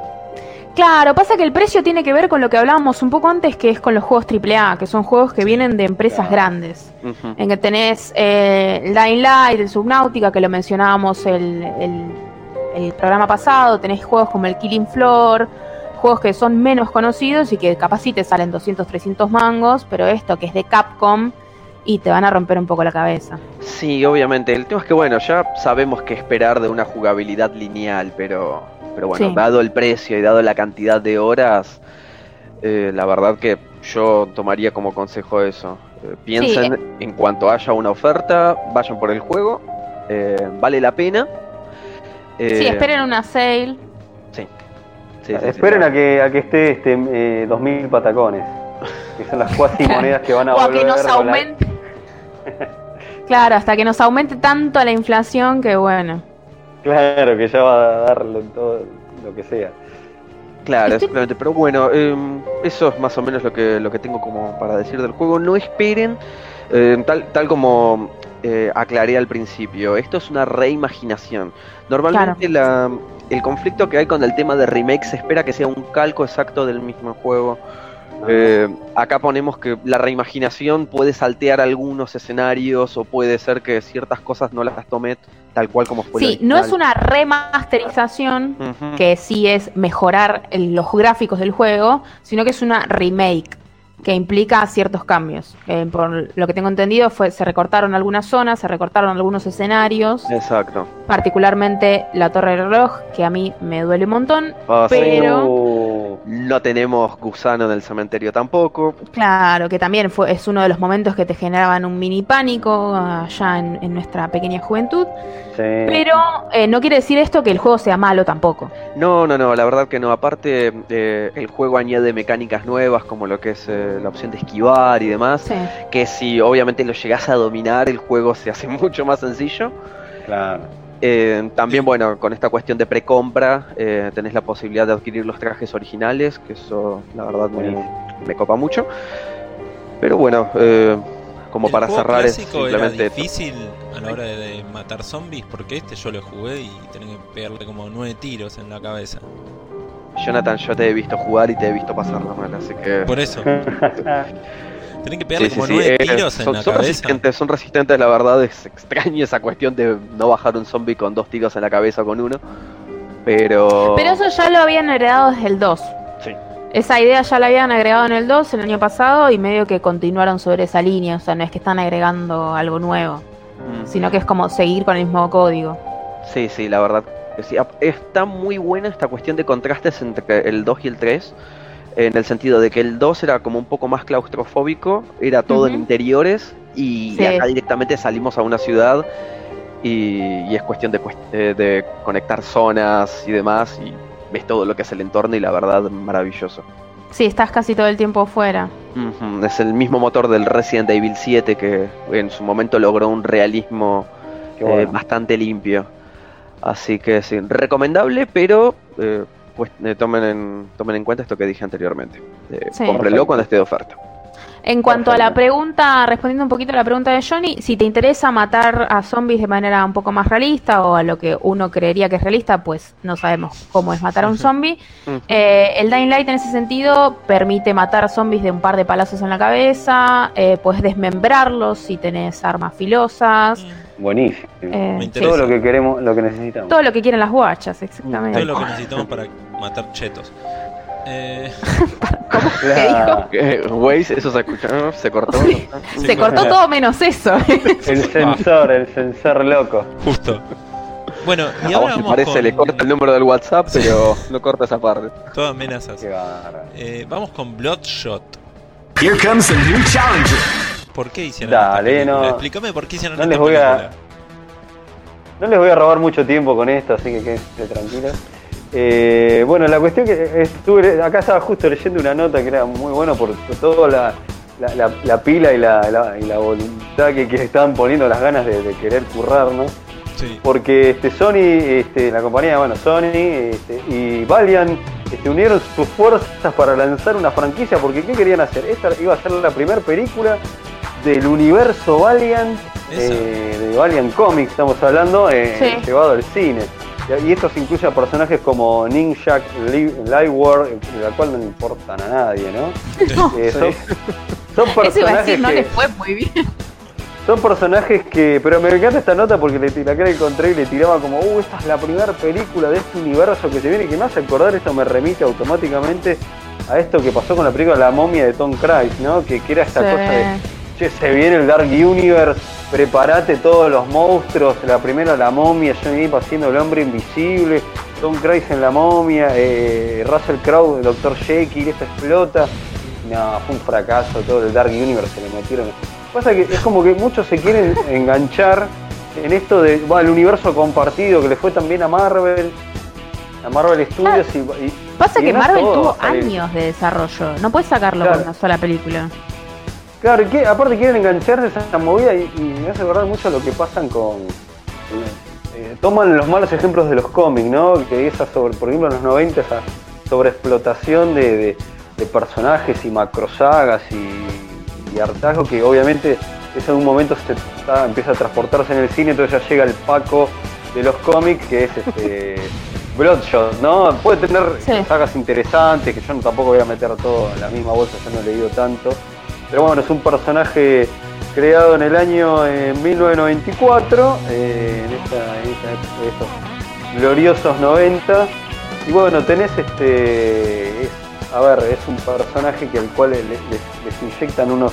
Claro, pasa que el precio tiene que ver con lo que hablábamos un poco antes, que es con los juegos triple A, que son juegos que vienen de empresas Claro. grandes. Ujú. En que tenés eh, Dying Light, el Subnautica, que lo mencionábamos el, el, el programa pasado, tenés juegos como el Killing Floor, juegos que son menos conocidos y que capaz sí te salen doscientos, trescientos mangos, pero esto que es de Capcom y te van a romper un poco la cabeza. Sí, obviamente. El tema es que, bueno, ya sabemos qué esperar de una jugabilidad lineal, pero, pero bueno, Sí. dado el precio y dado la cantidad de horas, eh, la verdad que yo tomaría como consejo eso. Eh, piensen Sí. en cuanto haya una oferta, vayan por el juego, eh, vale la pena. Eh, Sí, esperen una sale. Sí. Sí, sí, sí, Esperen sí. a que, a que esté este eh, dos mil patacones. Que son las cuasi monedas que van a O a volver que nos con la- aumente. Claro, hasta que nos aumente tanto la inflación que bueno. Claro, que ya va a darlo en todo lo que sea. Claro, Estoy- exactamente. Pero bueno, eh, eso es más o menos lo que, lo que tengo como para decir del juego. No esperen, eh, tal, tal como eh, aclaré al principio, esto es una reimaginación. Normalmente la, el conflicto que hay con el tema de remake se espera que sea un calco exacto del mismo juego. Eh, acá ponemos que la reimaginación puede saltear algunos escenarios o puede ser que ciertas cosas no las tome tal cual como fue. Sí, no es una remasterización, uh-huh. que sí es mejorar el, los gráficos del juego, sino que es una remake que implica ciertos cambios. Eh, por lo que tengo entendido, fue se recortaron algunas zonas, se recortaron algunos escenarios. Exacto. Particularmente la Torre del Reloj, que a mí me duele un montón, oh, pero... Sí. No tenemos gusano en el cementerio tampoco. Claro, que también fue es uno de los momentos que te generaban un mini pánico allá en, en nuestra pequeña juventud. Sí. Pero eh, no quiere decir esto que el juego sea malo tampoco. No, no, no, la verdad que no. Aparte, eh, el juego añade mecánicas nuevas como lo que es eh, la opción de esquivar y demás. Sí. Que si obviamente lo llegás a dominar, el juego se hace mucho más sencillo. Claro. Eh, también, bueno, con esta cuestión de precompra, eh, tenés la posibilidad de adquirir los trajes originales, que eso, la verdad, me, me copa mucho. Pero bueno, eh, como para cerrar, es simplemente. ¿Era difícil a la hora de, de matar zombies? Porque este yo lo jugué y tenés que pegarle como nueve tiros en la cabeza. Jonathan, yo te he visto jugar y te he visto pasarlo mal, así que. Por eso. Tienen que pegarle sí, como sí, nueve sí. tiros eh, en son, la son cabeza. Resistentes, son resistentes, la verdad. Es extraño esa cuestión de no bajar un zombie con dos tiros en la cabeza con uno. Pero. Pero eso ya lo habían heredado desde el dos. Sí. Esa idea ya la habían agregado en el dos el año pasado y medio que continuaron sobre esa línea. O sea, no es que están agregando algo nuevo, mm. sino que es como seguir con el mismo código. Sí, sí, la verdad. Sí, está muy buena esta cuestión de contrastes entre el dos y el tres. En el sentido de que el dos era como un poco más claustrofóbico, era todo uh-huh. en interiores y, sí. y acá directamente salimos a una ciudad y, y es cuestión de, de conectar zonas y demás y ves todo lo que es el entorno y la verdad maravilloso. Sí, estás casi todo el tiempo fuera. Uh-huh. Es el mismo motor del Resident Evil siete que en su momento logró un realismo bueno. eh, bastante limpio. Así que sí, recomendable, pero... Eh, pues eh, tomen, en, tomen en cuenta esto que dije anteriormente. Eh, sí. Cómprenlo cuando esté de oferta. En cuanto a la pregunta, respondiendo un poquito a la pregunta de Johnny, si te interesa matar a zombies de manera un poco más realista o a lo que uno creería que es realista, pues no sabemos cómo es matar a un zombie. eh, el Dying Light en ese sentido permite matar zombies de un par de palazos en la cabeza, eh, puedes desmembrarlos si tenés armas filosas. Buenísimo. Eh, todo lo que queremos, lo que necesitamos. Todo lo que quieren las guachas, exactamente. Todo lo que necesitamos para matar chetos. Eh... ¿Cómo? ¿Qué dijo? Waze, eso se escuchó, se cortó. Se, se cortó todo menos eso. El sensor, el sensor loco. Justo. Bueno, y a ahora vos vamos parece, con... le corta el número del WhatsApp, pero no corta esa parte. Todas amenazas. Eh, vamos con Bloodshot. Here comes a new challenger. ¿Por qué hicieron Dale, esta no. Explícame por qué hicieron no esta les voy película. A... No les voy a robar mucho tiempo con esto, así que quédense tranquilos. Eh, bueno, la cuestión que estuve, acá estaba justo leyendo una nota que era muy bueno por toda la, la, la, la pila y la, la, y la voluntad que, que estaban poniendo, las ganas de, de querer currar, ¿no? Sí. Porque este Sony, este, la compañía, bueno, Sony este, y Valiant este, unieron sus fuerzas para lanzar una franquicia, porque ¿qué querían hacer? Esta iba a ser la primera película del universo Valiant, eh, de Valiant Comics, estamos hablando, eh, sí. llevado al cine. Y estos incluyen personajes como Ninjak Lightward, la cual no le importan a nadie, ¿no? no eh, son, son personajes Eso iba a decir, que, no les fue muy bien. Son personajes que... Pero me encanta esta nota porque le, la que la encontré y le tiraba como uh, esta es la primera película de este universo que se viene, que me hace acordar, esto me remite automáticamente a esto que pasó con la película La momia de Tom Cruise, ¿no? Que, que era esta sí. cosa de... Che, se viene el Dark Universe, prepárate todos los monstruos, la primera la momia, Johnny Depp haciendo el hombre invisible, Tom Cruise en la momia, eh, Russell Crowe, doctor Jekyll, esto explota. No, fue un fracaso, todo el Dark Universe se le metieron. Pasa que es como que muchos se quieren enganchar en esto de, bueno, el universo compartido que le fue también a Marvel, a Marvel Studios claro. y, y Pasa y que no Marvel todo, tuvo años de desarrollo, no puedes sacarlo claro. con una sola película. Claro, y que, aparte quieren engancharse a esa movida y, y me hace acordar mucho lo que pasan con... Eh, toman los malos ejemplos de los cómics, ¿no? Que esa sobre, por ejemplo en los noventa esa sobreexplotación de, de, de personajes y macrosagas y, y hartazgo que obviamente eso en un momento se está, empieza a transportarse en el cine, entonces ya llega el Paco de los cómics que es este Bloodshot, ¿no? Puede tener Sí. sagas interesantes, que yo no, tampoco voy a meter todo en la misma bolsa, yo no he leído tanto. Pero bueno, es un personaje creado en el año eh, mil novecientos noventa y cuatro, eh, en, esta, en esta época de estos gloriosos noventa. Y bueno, tenés este... Es, a ver, es un personaje que al cual les, les, les inyectan unos...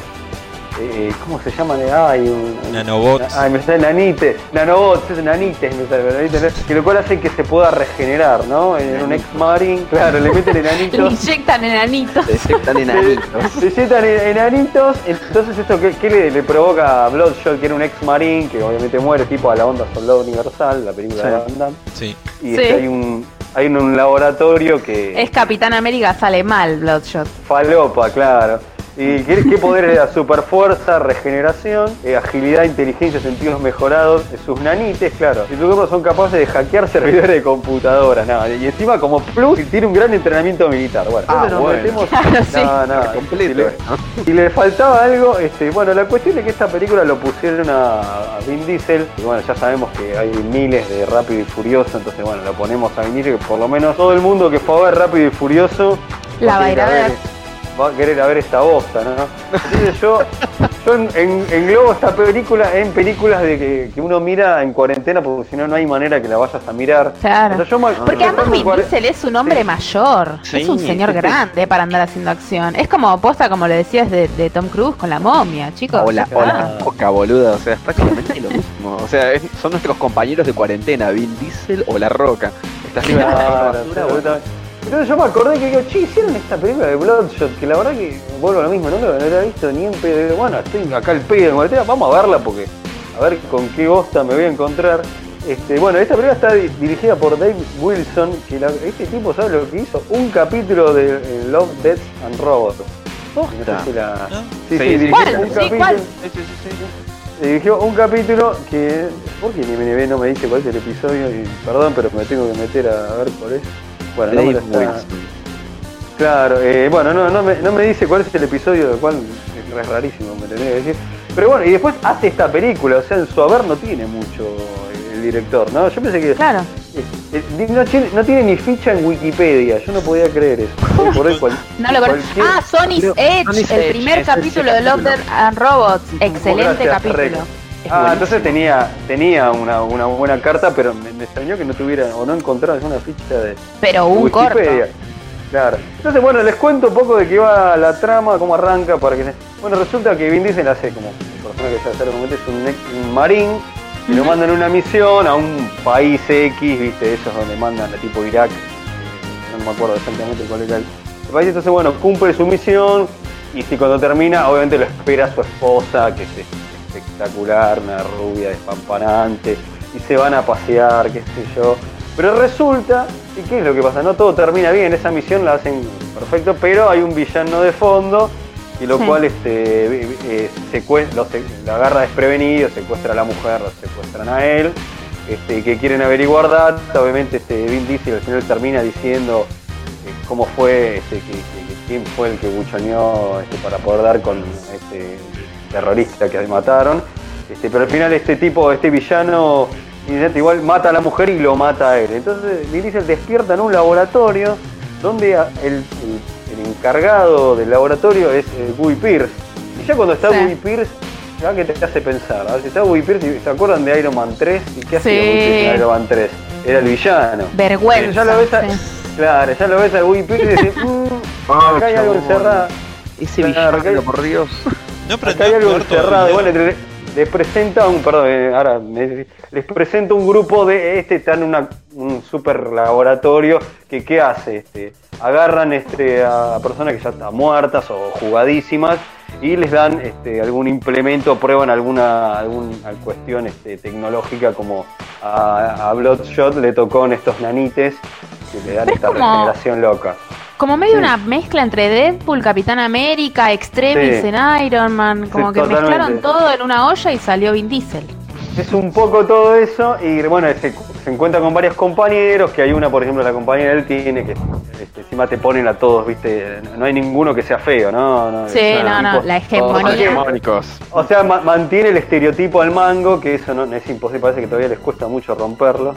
Eh, ¿Cómo se llaman? Ay, un, Nanobots. Ay, me sale nanites. Nanobots, es nanites, me sale, nanites, que lo cual hace que se pueda regenerar, ¿no? En un ex-marine, claro, le meten Le enanitos. inyectan enanitos. Detectan enanitos. Se inyectan enanitos, entonces esto ¿qué, qué le, le provoca a Bloodshot, que era un ex-marine, que obviamente muere, tipo a la onda Soldado Universal, la película Sí. de Van Damme. Sí. Y Sí. este, hay un hay un, un laboratorio que... Es Capitán América, sale mal Bloodshot. Falopa, claro. ¿Y qué, qué poderes le da? Superfuerza, regeneración, eh, agilidad, inteligencia, sentidos mejorados. De sus nanites, claro. Y sus cuerpos son capaces de hackear servidores de computadoras. Nada. Y encima, como plus, tiene un gran entrenamiento militar. Bueno, Ah, entonces nos bueno. metemos. Claro, sí. No, no. Completo, Si le, ¿no? si le faltaba algo, este, bueno, la cuestión es que esta película lo pusieron a, a Vin Diesel. Y bueno, ya sabemos que hay miles de Rápido y Furioso. Entonces, bueno, lo ponemos a Vin Diesel, que por lo menos todo el mundo que fue a ver Rápido y Furioso La va a ir a ver. va a querer a ver esta bosta, ¿no? Entonces yo, yo en, en, englobo esta película en películas de que, que uno mira en cuarentena, porque si no, no hay manera que la vayas a mirar. Claro. O sea, yo me- Porque me además acuerdo en Vin cuare- Diesel es un hombre Sí. mayor. Sí, es un señor sí, sí. grande para andar haciendo acción. Es como posta, como le decías de, de Tom Cruise con la momia, chicos. O la, ya o está. la Roca, boluda, o sea, es prácticamente lo mismo. O sea, es- son nuestros compañeros de cuarentena, Vin Diesel o La Roca. Estás Claro, absolutamente. Entonces yo me acordé que digo, che, hicieron esta película de Bloodshot, que la verdad que vuelvo a lo mismo, no lo no la he visto ni en pedo. Digo, bueno, estoy acá al pedo en cuarentena, vamos a verla porque a ver con qué bosta me voy a encontrar. Este, bueno, esta película está di- dirigida por Dave Wilson, que la- este tipo sabe lo que hizo, un capítulo de eh, Love, Death and Robots. No sé si la... ¿No? Sí, sí, Sí, dirigió ¿Cuál? un Sí, capítulo. ¿cuál? Sí, sí, sí, sí. Dirigió un capítulo que... ¿Por qué ni me, no me dice cuál es el episodio? Y, perdón, pero me tengo que meter a, a ver cuál es. Bueno, no me Dave lo está... Wilson. Claro, eh, bueno, no, no, me, no me dice cuál es el episodio, del cual es, es rarísimo, me tenía que decir. Pero bueno, y después hace esta película, o sea, en su haber no tiene mucho el director, ¿no? Yo pensé que... Claro. eh, eh, no, tiene, no tiene ni ficha en Wikipedia, yo no podía creer eso. Hoy por hoy cual- No lo conozco. cualquier- Ah, Sony's Creo- Edge, Sony's el Edge, primer ese- capítulo ese de Love, capítulo. Death and Robots. Excelente Gracias, capítulo. Rex. Es Ah, buenísimo. entonces tenía tenía una, una buena carta, pero me, me extrañó que no tuviera o no encontrara alguna ficha de Pero un corto. Wikipedia. Claro. Entonces, bueno, les cuento un poco de qué va la trama, cómo arranca, para que se... Bueno, resulta que Vin Diesel hace como el personaje que ya se lo comenté, es un, ex- un marín y lo mandan en una misión a un país X, viste, esos donde mandan a tipo Irak, eh, no me acuerdo exactamente cuál era el, el país. Entonces, bueno, cumple su misión y si cuando termina, obviamente lo espera su esposa, que es espectacular, una rubia despampanante, y se van a pasear, qué sé yo. Pero resulta, ¿y qué es lo que pasa? No todo termina bien, esa misión la hacen perfecto, pero hay un villano de fondo, y lo Sí. cual este, eh, secue- lo, se- lo agarra desprevenido, secuestra a la mujer, lo secuestran a él, este, que quieren averiguar data. Obviamente este, Vin Diesel al final termina diciendo eh, cómo fue, este, que, que- que quién fue el que buchoneó este, para poder dar con este terrorista que mataron. Este, pero al final este tipo, este villano, igual mata a la mujer y lo mata a él. Entonces Vin Diesel despierta en un laboratorio donde a- el, el- el encargado del laboratorio es eh, Guy Pearce. Y ya cuando está Sí. Guy Pearce, ya que te hace pensar, ¿no? Si está Guy Pearce, ¿se acuerdan de Iron Man tres? ¿Y qué hacía Sí. Guy Pearce en Iron Man tres? Era el villano. Vergüenza. Ya lo ves a, sí. Claro, ya lo ves a Guy Pearce y dices, mmm, acá hay algo chabón. encerrado. Ese Claro, villano, que- por Dios. No, pero Acá hay no, algo peor encerrado. todavía. Bueno, les, les presenta un, perdón, eh, ahora me- les presento un grupo de este, está en una, un super laboratorio que qué hace, este, agarran este a personas que ya están muertas o jugadísimas y les dan este algún implemento, prueban alguna alguna cuestión este, tecnológica, como a, a Bloodshot le tocó en estos nanites que le dan Pero es esta como- regeneración loca. Como medio Sí. una mezcla entre Deadpool, Capitán América, Extremis Sí. en Iron Man. Como Sí, que totalmente. mezclaron todo en una olla y salió Vin Diesel. Es un poco todo eso, y bueno, se, se encuentra con varios compañeros, que hay una, por ejemplo, la compañera de él tiene, que este, encima te ponen a todos, viste, no hay ninguno que sea feo, ¿no? no Sí, son no, no, tipos- la hegemonía. todos- Hegemónicos. O sea, ma- mantiene el estereotipo al mango, que eso no es imposible, parece que todavía les cuesta mucho romperlo.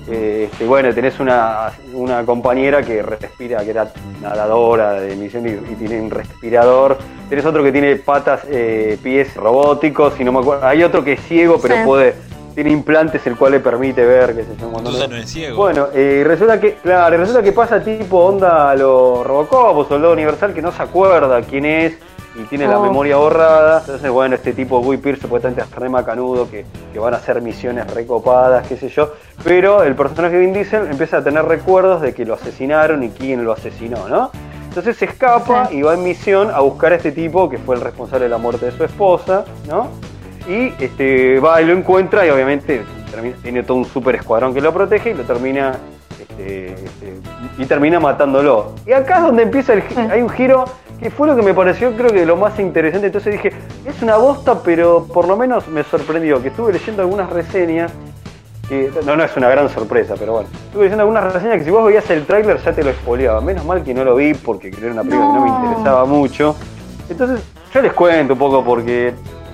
Eh, este, bueno, tenés una, una compañera que respira, que era nadadora de misión y, y tiene un respirador. Tenés otro que tiene patas, eh, pies robóticos, y no me acuerdo. Hay otro que es ciego, pero sí. puede, tiene implantes, el cual le permite ver, qué sé yo. Entonces no es ciego. Bueno, eh, resulta que, claro, resulta que pasa tipo onda a lo Robocop o Soldado Universal, que no se acuerda quién es y tiene oh. la memoria borrada. Entonces, bueno, este tipo Guy Pearce supuestamente es re macanudo, que, que van a hacer misiones recopadas, qué sé yo. Pero el personaje de Vin Diesel empieza a tener recuerdos de que lo asesinaron y quién lo asesinó, ¿no? Entonces se escapa sí. y va en misión a buscar a este tipo que fue el responsable de la muerte de su esposa, ¿no? Y este, va y lo encuentra y obviamente termina, tiene todo un super escuadrón que lo protege y lo termina este, este, y termina matándolo. Y acá es donde empieza el hay un giro que fue lo que me pareció creo que lo más interesante. Entonces dije, es una bosta, pero por lo menos me sorprendió, que estuve leyendo algunas reseñas que, no, no es una gran sorpresa, pero bueno, estuve leyendo algunas reseñas que si vos veías el tráiler ya te lo spoileaba. Menos mal que no lo vi porque era una película no. que no me interesaba mucho. Entonces yo les cuento un poco porque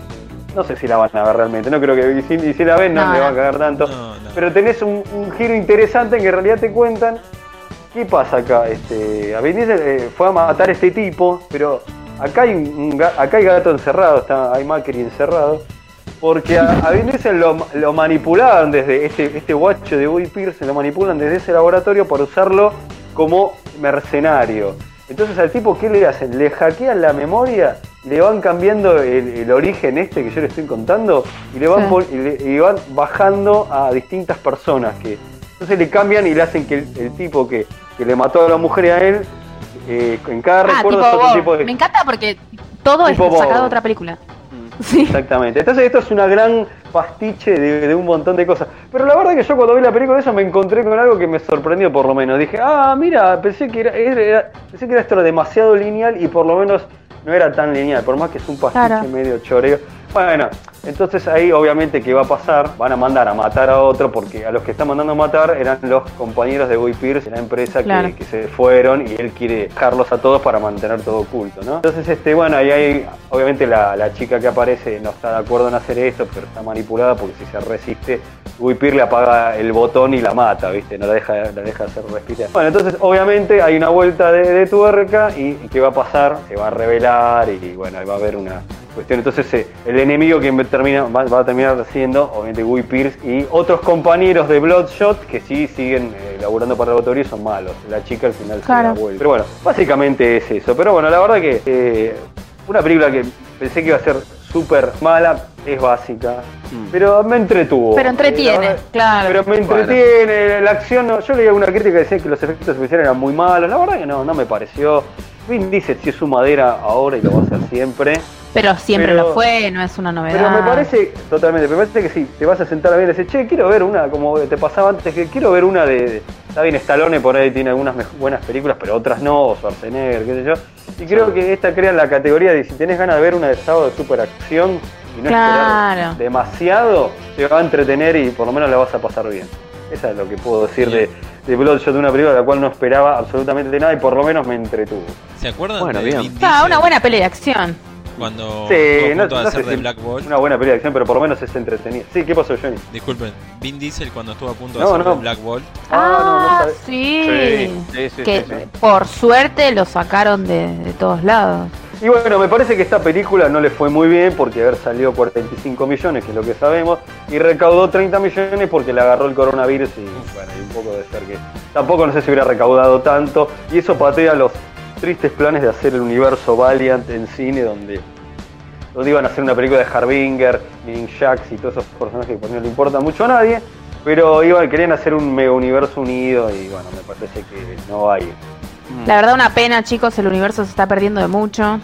no sé si la van a ver realmente, no creo que, y si, y si la ven no, no le va a cagar tanto, no, no. Pero tenés un, un giro interesante en que en realidad te cuentan qué pasa acá. Este, a Vin Diesel eh, fue a matar a este tipo, pero acá hay, un, acá hay gato encerrado, está, hay Macri encerrado, porque a, a Vin Diesel lo, lo manipulaban desde este, este guacho de Guy Pearce, lo manipulan desde ese laboratorio para usarlo como mercenario. Entonces al tipo, ¿qué le hacen? Le hackean la memoria, le van cambiando el, el origen este que yo le estoy contando y le van, sí. por, y le, y van bajando a distintas personas que entonces le cambian y le hacen que el, el tipo que, que le mató a la mujer y a él eh, en cada ah, recuerdo tipo es otro tipo de... Me encanta porque todo es sacado de otra película. Sí. Exactamente. Entonces esto es una gran pastiche de, de un montón de cosas. Pero la verdad que yo cuando vi la película de eso me encontré con algo que me sorprendió por lo menos. Dije, ah, mira, pensé que era, era, pensé que era esto demasiado lineal y por lo menos no era tan lineal, por más que es un pastiche claro. medio choreo. Bueno, entonces ahí obviamente ¿qué va a pasar? Van a mandar a matar a otro porque a los que están mandando a matar eran los compañeros de Guy Pearce en la empresa claro. que, que se fueron y él quiere dejarlos a todos para mantener todo oculto, ¿no? Entonces, este, bueno, ahí hay, obviamente la, la chica que aparece no está de acuerdo en hacer esto, pero está manipulada porque si se resiste, Guy Pearce le apaga el botón y la mata, ¿viste? No la deja, la deja hacer respirar. Bueno, entonces obviamente hay una vuelta de, de tuerca y, y ¿qué va a pasar? Se va a revelar y, y bueno, va a haber una cuestión. Entonces eh, el enemigo que termina, va, va a terminar siendo obviamente Guy Pearce y otros compañeros de Bloodshot que sí siguen eh, laburando para el laboratorio y son malos. La chica al final claro. se da vuelta. Pero bueno, básicamente es eso. Pero bueno, la verdad que eh, una película que pensé que iba a ser súper mala, es básica, mm. pero me entretuvo. Pero entretiene, eh, verdad, claro. Pero me entretiene, bueno. La acción, no, yo leía una crítica que decía que los efectos especiales eran muy malos, la verdad que no, no me pareció. Vin Diesel si es su madera ahora y lo va a hacer siempre. Pero siempre pero, lo fue, no es una novedad. Pero me parece, totalmente, me parece que sí, te vas a sentar a ver y decir, che, quiero ver una, como te pasaba antes, que quiero ver una de, de está bien, Stallone por ahí tiene algunas buenas películas, pero otras no, o Schwarzenegger, qué sé yo. Y creo sí. que esta crea la categoría de si tenés ganas de ver una de sábado de superacción y no claro. esperar demasiado, te va a entretener y por lo menos la vas a pasar bien. Eso es lo que puedo decir de, de Bloodshot, de una película de la cual no esperaba absolutamente nada y por lo menos me entretuvo. ¿Se acuerdan bueno, de bien. Vin Diesel? Ah, una buena pelea de acción. Cuando sí, estuvo a no, punto de no hacer sé de si Black Bolt. Una buena pelea de acción, pero por lo menos es entretenida. Sí, ¿qué pasó, Johnny? Disculpen, Vin Diesel cuando estuvo a punto de no, hacer no. de Black Bolt. Ah, no, no sí. Sí, sí, sí, que sí, sí. por suerte lo sacaron de, de todos lados. Y bueno, me parece que esta película no le fue muy bien porque haber salido cuarenta y cinco millones, que es lo que sabemos, y recaudó treinta millones porque le agarró el coronavirus y bueno, y un poco de ser que tampoco no sé si hubiera recaudado tanto, y eso patea los tristes planes de hacer el universo Valiant en cine donde, donde iban a hacer una película de Harbinger, Meaning Jax y todos esos personajes que por mí no le importa mucho a nadie, pero iban, querían hacer un mega universo unido y bueno, me parece que no hay. La verdad una pena, chicos, el universo se está perdiendo de mucho.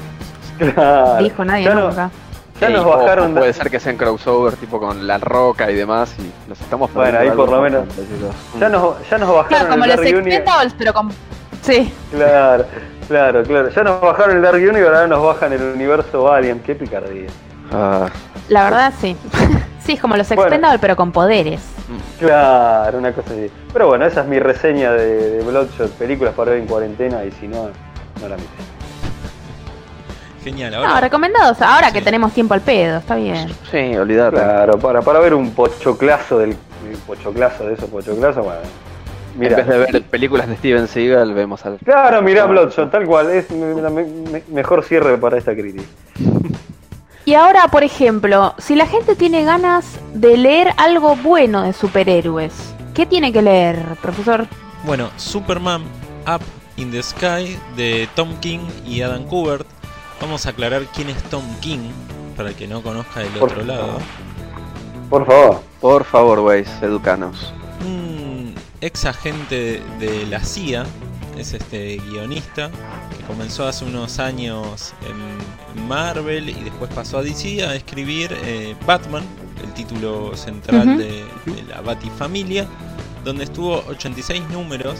Claro. Dijo nadie ya nunca. No, ya sí, nos bajaron. Puede ser que sean crossover tipo con La Roca y demás y nos estamos bueno, ahí por lo menos. Ya nos, ya nos bajaron claro, como el los Dark Universe. Expendables, pero con... Sí. Claro, claro, claro. Ya nos bajaron el Dark Universe y ahora nos bajan el universo Valiant. Qué picardía. Ah. La verdad, sí. Sí, es como los Expendables, bueno, pero con poderes. Claro, una cosa así. Pero bueno, esa es mi reseña de, de Bloodshot, películas para ver en cuarentena y si no, no la mires. Genial, ahora. No, recomendados, ahora sí. que tenemos tiempo al pedo, está bien. Sí, olvidate. Claro, para, para ver un pochoclazo del, pochoclazo de esos pochoclazos, bueno. Mirá. En vez de ver películas de Steven Seagal, vemos al... Claro, mirá Bloodshot, tal cual, es el me, me, mejor cierre para esta crítica. Y ahora, por ejemplo, si la gente tiene ganas de leer algo bueno de superhéroes, ¿qué tiene que leer, profesor? Bueno, Superman Up in the Sky de Tom King y Adam Kubert. Vamos a aclarar quién es Tom King, para el que no conozca del Por otro lado. Por favor. Por favor, Weiss, educanos. Un ex agente de la C I A, es este guionista, que comenzó hace unos años en Marvel y después pasó a D C a escribir eh, Batman, el título central uh-huh. de, de la Batifamilia, donde estuvo ochenta y seis números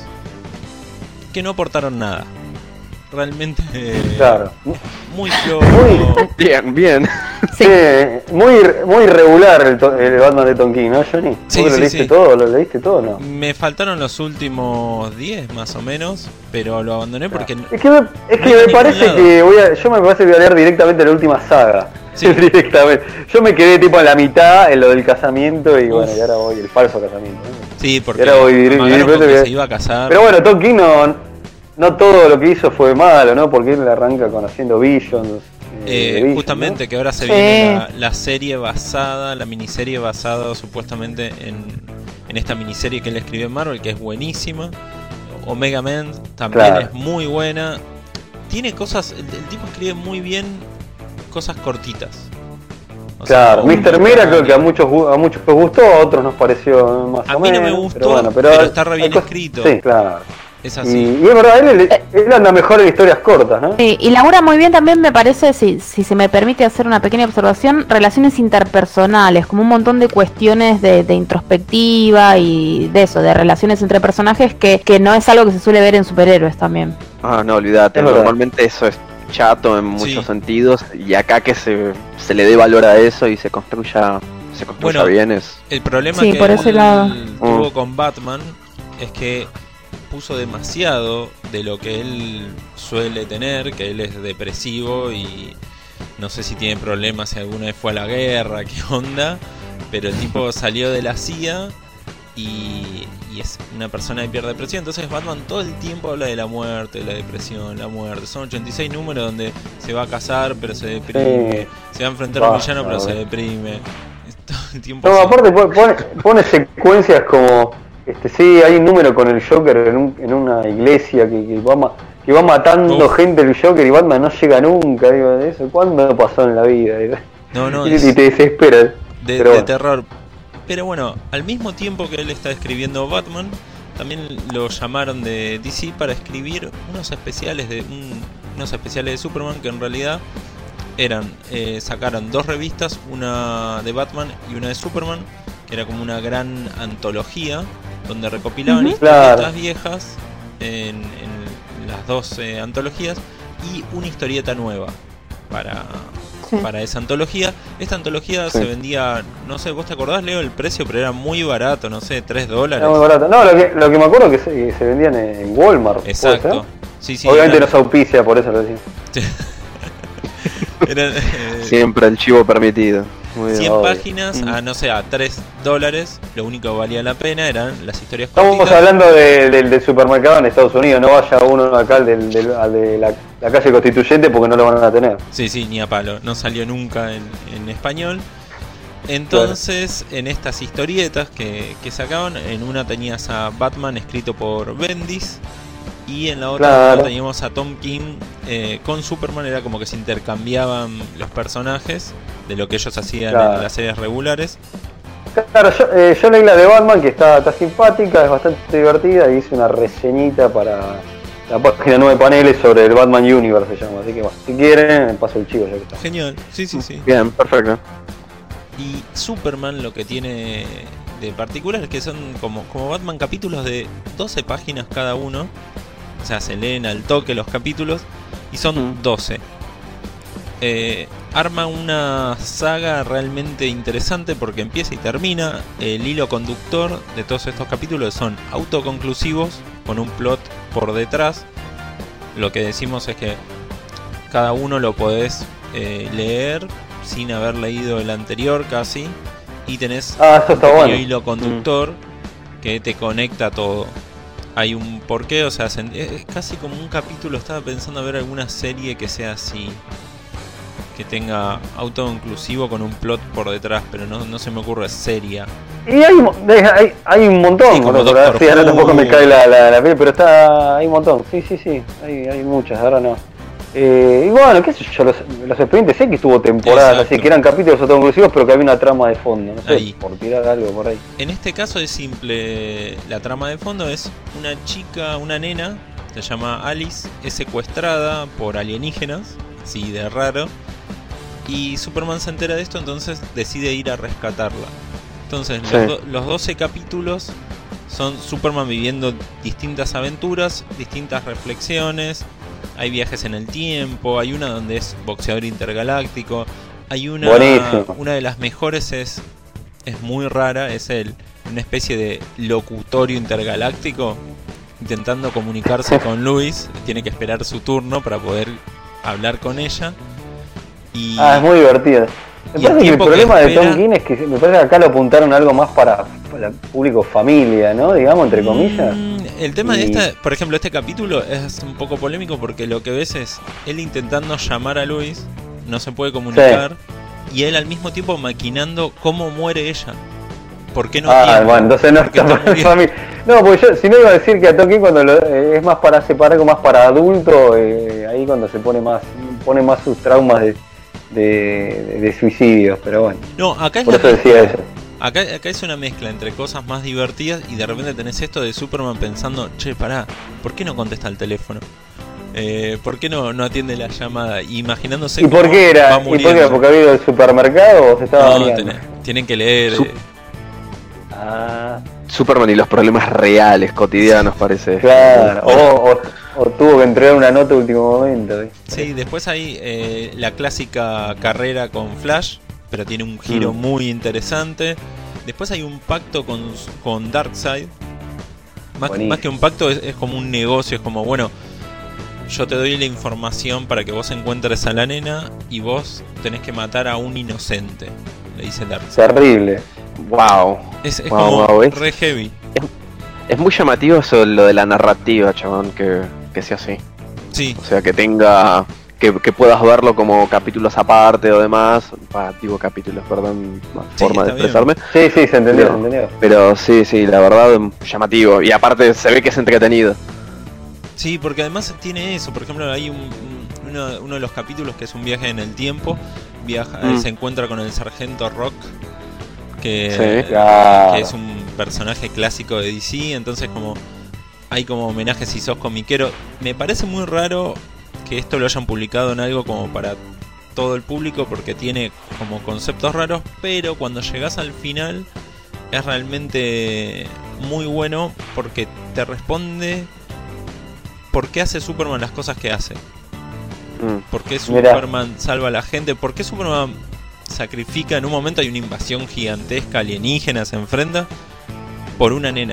que no aportaron nada. Realmente eh, claro. muy flojo. Muy bien, bien. Sí. Eh, muy, muy regular el, to- el Batman de Tom King, ¿no, Johnny? Sí, ¿Vos sí, lo leíste sí. todo? ¿Lo leíste todo no? Me faltaron los últimos diez más o menos, pero lo abandoné porque... Es que me, es que me parece que voy a, yo me parece que voy a leer directamente la última saga. Sí. Directamente. Yo me quedé tipo en la mitad, en lo del casamiento, y Uf. bueno, y ahora voy, el falso casamiento. ¿no? Sí, porque y ahora voy directo, porque directo, se iba a casar. Pero bueno, Tom King no... No todo lo que hizo fue malo, ¿no? Porque él arranca con haciendo Visions. Eh, Vision, justamente, ¿no? Que ahora se sí. viene la, la serie basada, la miniserie basada supuestamente en, en esta miniserie que él escribió en Marvel, que es buenísima. Omega Man también claro. es muy buena. Tiene cosas, el, el tipo escribe muy bien cosas cortitas. O claro, sea, mister Miracle, que a muchos a muchos les gustó, a otros nos pareció más a o mí menos. no me gustó, pero, bueno, pero, pero está re bien cosas, escrito. Sí, claro. Es así. Y, y es verdad, él, él anda mejor en historias cortas, ¿no? Sí, y labura muy bien también, me parece, si, si se me permite hacer una pequeña observación, relaciones interpersonales, como un montón de cuestiones de, de introspectiva y de eso, de relaciones entre personajes, que, que no es algo que se suele ver en superhéroes también. Ah, no, olvídate, normalmente eso es chato en muchos sí. sentidos, y acá que se, se le dé valor a eso y se construya, se construya bueno, bien es... El problema sí, que por él ese lado. tuvo mm. con Batman es que puso demasiado de lo que él suele tener, que él es depresivo y no sé si tiene problemas, si alguna vez fue a la guerra, qué onda, pero el tipo salió de la C I A y, y es una persona que pierde depresión. Entonces Batman todo el tiempo habla de la muerte, de la depresión, la muerte. Son ochenta y seis números donde se va a casar pero se deprime, sí. se va a enfrentar a un villano pero se deprime. Todo el tiempo no, así. aparte pone, pone secuencias como este sí, hay un número con el Joker en, un, en una iglesia que, que, va, que va matando Uf. gente el Joker y Batman no llega nunca, digo, eso ¿cuándo pasó en la vida? No, no, y, y te desespera. De, pero de bueno. terror. Pero bueno, al mismo tiempo que él está escribiendo Batman, también lo llamaron de D C para escribir unos especiales de un, unos especiales de Superman que en realidad eran eh, sacaron dos revistas, una de Batman y una de Superman, que era como una gran antología donde recopilaban uh-huh. historietas claro. viejas en, en las dos eh, antologías y una historieta nueva para, sí. para esa antología. Esta antología sí. se vendía, no sé, vos te acordás, Leo, el precio, pero era muy barato, no sé, tres dólares. Era muy barato. No, lo que, lo que me acuerdo es que se, se vendían en Walmart. Exacto. Sí, sí, obviamente era... no se auspicia, por eso lo decía. Era, eh, siempre el chivo permitido. Muy cien obvio. Páginas a, no sé, a tres dólares. Lo único que valía la pena eran las historias cortitas. Estamos hablando del de, de supermercado en Estados Unidos. No vaya uno acá al del, del, al de la, la calle Constituyente porque no lo van a tener. Sí, sí, ni a palo. No salió nunca en, en español. Entonces, claro. en estas historietas que, que sacaban, en una tenías a Batman escrito por Bendis. Y en la otra claro. teníamos a Tom King eh, con Superman. Era como que se intercambiaban los personajes de lo que ellos hacían claro. en las series regulares. Claro, yo, eh, yo leí la de Batman, que está, está simpática, es bastante divertida, y hice una reseñita para la página nueve paneles sobre el Batman Universe, se llama. Así que bueno, si quieren, paso el chivo ya que está. Genial, sí, sí, sí. Bien, perfecto. Y Superman lo que tiene de particular es que son como, como Batman capítulos de doce páginas cada uno. O sea, se leen al toque los capítulos y son mm. doce. Eh, arma una saga realmente interesante porque empieza y termina. El hilo conductor de todos estos capítulos son autoconclusivos con un plot por detrás. Lo que decimos es que cada uno lo podés eh, leer sin haber leído el anterior casi y tenés Ah, eso un está pequeño bueno. hilo conductor mm. que te conecta todo. Hay un porqué, o sea, es casi como un capítulo. Estaba pensando ver alguna serie que sea así, que tenga autoinclusivo con un plot por detrás, pero no, no se me ocurre seria. Y hay, hay, hay un montón, sí, como ¿no? Doctor Sí, ahora Who. tampoco me cae la, la, la piel, pero está, hay un montón. Sí, sí, sí, hay, hay muchas, ahora no. Eh, y bueno, qué sé yo, los, los expedientes X tuvo temporadas, Exacto. así que eran capítulos autoinclusivos, pero que había una trama de fondo, no sé, Ahí. por tirar algo por ahí. En este caso es simple, la trama de fondo es una chica, una nena, se llama Alice, es secuestrada por alienígenas, así de raro, y Superman se entera de esto, entonces decide ir a rescatarla. Entonces Sí. los, do- los doce capítulos son Superman viviendo distintas aventuras, distintas reflexiones. Hay viajes en el tiempo, hay una donde es boxeador intergaláctico, hay una, Buenísimo. una de las mejores es, es muy rara, es el, una especie de locutorio intergaláctico intentando comunicarse con Lois, tiene que esperar su turno para poder hablar con ella. Y Ah, es muy divertido. Me y el parece que el tiempo que problema de espera- Tom King es que me parece que acá lo apuntaron a algo más para, para público familia, ¿no? Digamos, entre comillas. Mm, el tema de Y- esta, por ejemplo, este capítulo es un poco polémico porque lo que ves es él intentando llamar a Luis, no se puede comunicar, y él al mismo tiempo maquinando cómo muere ella. ¿Por qué no Ah, tiempo? bueno, entonces no Porque está para muriendo. familia. No, porque yo, si no iba a decir que a Tom King cuando lo, eh, es más para separar, algo más para adulto, eh, ahí cuando se pone más, pone más sus traumas de, de, de, de suicidios, pero bueno, No, acá es por la eso decía mezcla. eso. Acá, acá es una mezcla entre cosas más divertidas y de repente tenés esto de Superman pensando, che, pará, ¿por qué no contesta el teléfono? Eh, ¿Por qué no, no atiende la llamada? Imaginándose ¿Y por cómo qué va era? ¿Y por qué muriendo. era? ¿Porque había ido al supermercado o se estaba No, bañando? tienen, tienen que leer. Sup- eh, Ah, Superman y los problemas reales, cotidianos, parece. claro. Bueno. O, o, o tuvo que entregar una nota de último momento. ¿viste? Sí, después hay eh, la clásica carrera con Flash, pero tiene un giro Mm. muy interesante. Después hay un pacto con, con Darkseid. Más, Buenísimo. más que un pacto es, es como un negocio, es como, bueno, yo te doy la información para que vos encuentres a la nena y vos tenés que matar a un inocente, le dice Darkseid. Terrible. Wow. Es, es Wow, como wow, es- re heavy. Es muy llamativo eso, lo de la narrativa, chabón, que, que sea así. Sí, O sea, que tenga... Que, que puedas verlo como capítulos aparte o demás. Ah, digo capítulos, perdón, Sí, forma de está bien. expresarme. Sí, sí, se entendió, No. se entendió. Pero sí, sí, la verdad, llamativo. Y aparte se ve que es entretenido. sí, porque además tiene eso. Por ejemplo, hay un, un- uno, uno de los capítulos que es un viaje en el tiempo. Viaja, Mm. se encuentra con el sargento Rock, que, Sí. Claro. que es un personaje clásico de D C. Entonces, como hay como homenajes si sos comiquero. Me parece muy raro que esto lo hayan publicado en algo como para todo el público, porque tiene como conceptos raros, pero cuando llegas al final es realmente muy bueno porque te responde por qué hace Superman las cosas que hace, Mm. por qué Mirá. Superman salva a la gente, por qué Superman sacrifica, en un momento hay una invasión gigantesca alienígena, se enfrenta por una nena.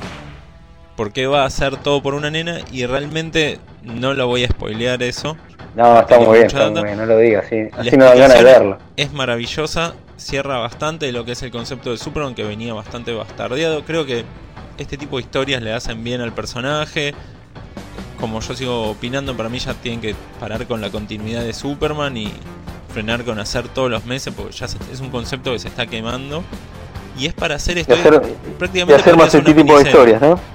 ¿Por qué va a hacer todo por una nena? Y realmente no lo voy a spoilear eso. No, está Tiene muy bien, mucha está data. muy bien, no lo digas, así, La así no dan ganas de explicación verlo. es maravillosa, cierra bastante lo que es el concepto de Superman, que venía bastante bastardeado. Creo que este tipo de historias le hacen bien al personaje. Como yo sigo opinando, para mí ya tienen que parar con la continuidad de Superman y frenar con hacer todos los meses, porque ya se- es un concepto que se está quemando. Y es para hacer Y esto. hacer, y prácticamente hacer más podría ser este una tipo de miniserie. historias, ¿no?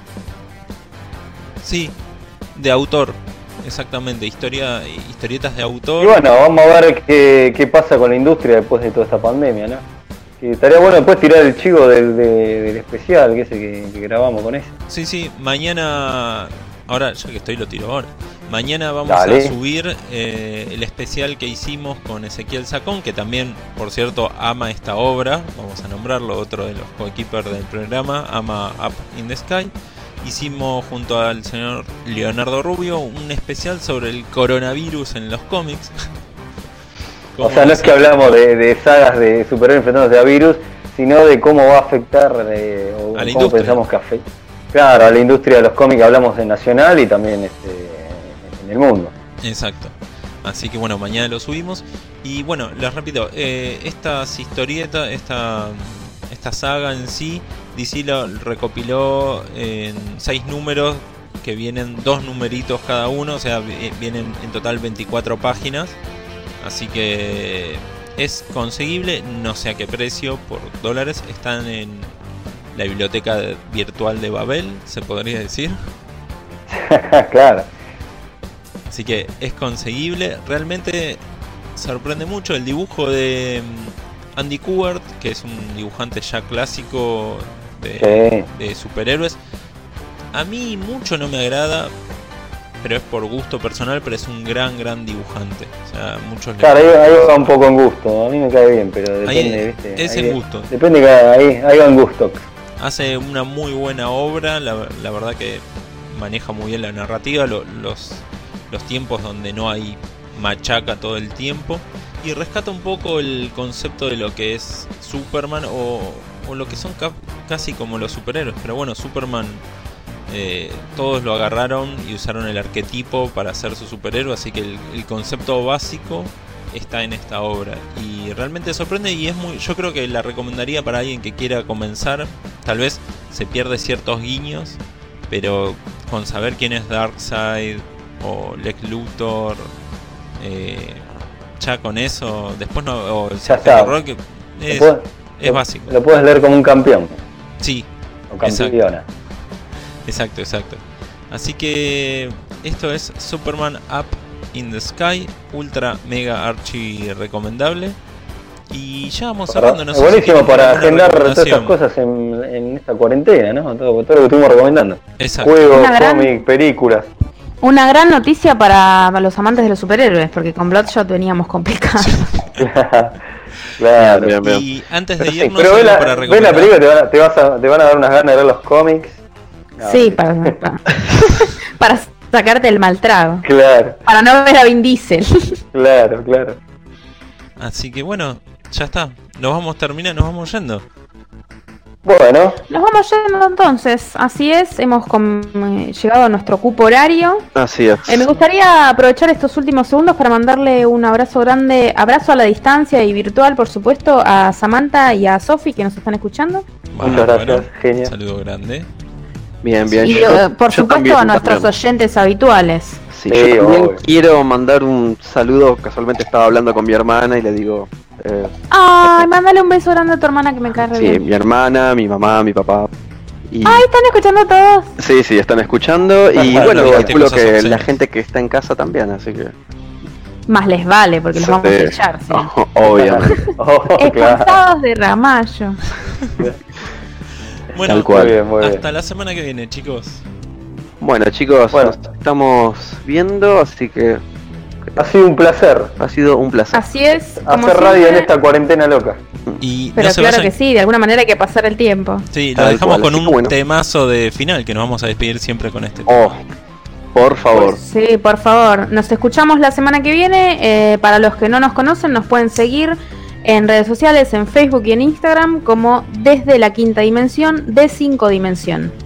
Sí, de autor. Exactamente, historia, historietas de autor. Y bueno, vamos a ver qué, qué pasa con la industria después de toda esta pandemia, ¿no? Que estaría bueno después tirar el chivo del, de- del especial, que ese que, que grabamos con ese. Sí, sí, mañana, ahora ya que estoy lo tiro ahora. Mañana vamos Dale. a subir eh, el especial que hicimos con Ezequiel Sacón, que también, por cierto, ama esta obra. Vamos a nombrarlo, otro de los coequippers del programa, ama Up in the Sky. Hicimos junto al señor Leonardo Rubio un especial sobre el coronavirus en los cómics. O Como sea, no es dice- que hablamos de, de sagas de superhéroes enfrentándose a virus, sino de cómo va a afectar eh, o A la cómo industria. pensamos que afecta. Claro, a la industria de los cómics hablamos en nacional y también este, en el mundo. Exacto. Así que bueno, mañana lo subimos. Y bueno, les repito, eh, estas historietas, esta, esta saga en sí, D C lo recopiló en seis números que vienen dos numeritos cada uno, o sea, vienen en total veinticuatro páginas. Así que es conseguible, no sé a qué precio, por dólares. Están en la biblioteca virtual de Babel, se podría decir. Claro. Así que es conseguible. Realmente sorprende mucho el dibujo de Andy Kubert, que es un dibujante ya clásico de, sí. de superhéroes. A mí mucho no me agrada, pero es por gusto personal, pero es un gran, gran dibujante. O sea, muchos claro, ahí, ahí va un poco en gusto. A mí me cae bien, pero depende, ahí, ¿viste? Es ahí, en gusto. Depende, que ahí, ahí va en gusto. Hace una muy buena obra, la, la verdad que maneja muy bien la narrativa, lo, los... los tiempos donde no hay machaca todo el tiempo, y rescata un poco el concepto de lo que es Superman o, o lo que son ca- casi como los superhéroes. Pero bueno, Superman eh, todos lo agarraron y usaron el arquetipo para hacer su superhéroe, así que el, el concepto básico está en esta obra y realmente sorprende, y es muy, yo creo que la recomendaría para alguien que quiera comenzar. Tal vez se pierde ciertos guiños, pero con saber quién es Darkseid o Lex Luthor, eh, ya con eso, después no, o el ya está. Horror, que es, puedes, es lo, básico. Lo puedes leer como un campeón. Sí. O campeona. Exacto, exacto, exacto. Así que esto es Superman Up in the Sky, ultra mega archi recomendable. Y ya vamos cerrando. No sé buenísimo si para agendar todas estas cosas en, en esta cuarentena, ¿no? Todo, todo lo que estuvimos recomendando. Exacto. Juegos, gran... cómics, películas. Una gran noticia para los amantes de los superhéroes, porque con Bloodshot veníamos complicados. Claro. Bien, bien. Y antes de pero irnos, sí, pero ve la, para ve la película, te van, a, te, vas a, te van a dar unas ganas de ver los cómics. No, sí, para, para, para sacarte el mal trago. Claro. Para no ver a Vin Diesel. Claro, claro. Así que bueno, ya está. Nos vamos a terminar, nos vamos yendo. Bueno. Nos vamos yendo entonces. Así es, hemos com- llegado a nuestro cupo horario. Así es. Eh, me gustaría aprovechar estos últimos segundos para mandarle un abrazo grande, abrazo a la distancia y virtual, por supuesto, a Samantha y a Sofi que nos están escuchando. Muchas gracias, genial. Un saludo grande. Bien, bien. Y yo, eh, por yo supuesto también, a nuestros también. oyentes habituales. Sí, Sí, yo también obvio. quiero mandar un saludo. Casualmente estaba hablando con mi hermana y le digo... Eh, Ay, mándale un beso grande a tu hermana que me cae re sí, bien. mi hermana, mi mamá, mi papá. Y... Ay, están escuchando todos. Sí, sí, están escuchando. Y Ajá, bueno, no, calculo cosas que obscenas. la gente que está en casa también, así que... Más les vale, porque los Sí. vamos a echar, sí. Oh, obviamente. Oh, claro. Expulsados de Ramallo. Bueno, Tal cual. Muy bien, muy bien. hasta la semana que viene, chicos. Bueno, chicos, Bueno. nos estamos viendo, así que Ha sido un placer ha sido un placer. Así es. Como hacer radio en siempre. esta cuarentena loca. Y Pero no se claro vayan. que sí, de alguna manera hay que pasar el tiempo. Sí, lo Tal dejamos cual, con así un que bueno. temazo de final, que nos vamos a despedir siempre con este. Oh, por favor. Sí, por favor. Nos escuchamos la semana que viene. Eh, para los que no nos conocen, nos pueden seguir en redes sociales, en Facebook y en Instagram, como Desde la Quinta Dimensión, de Cinco Dimensión.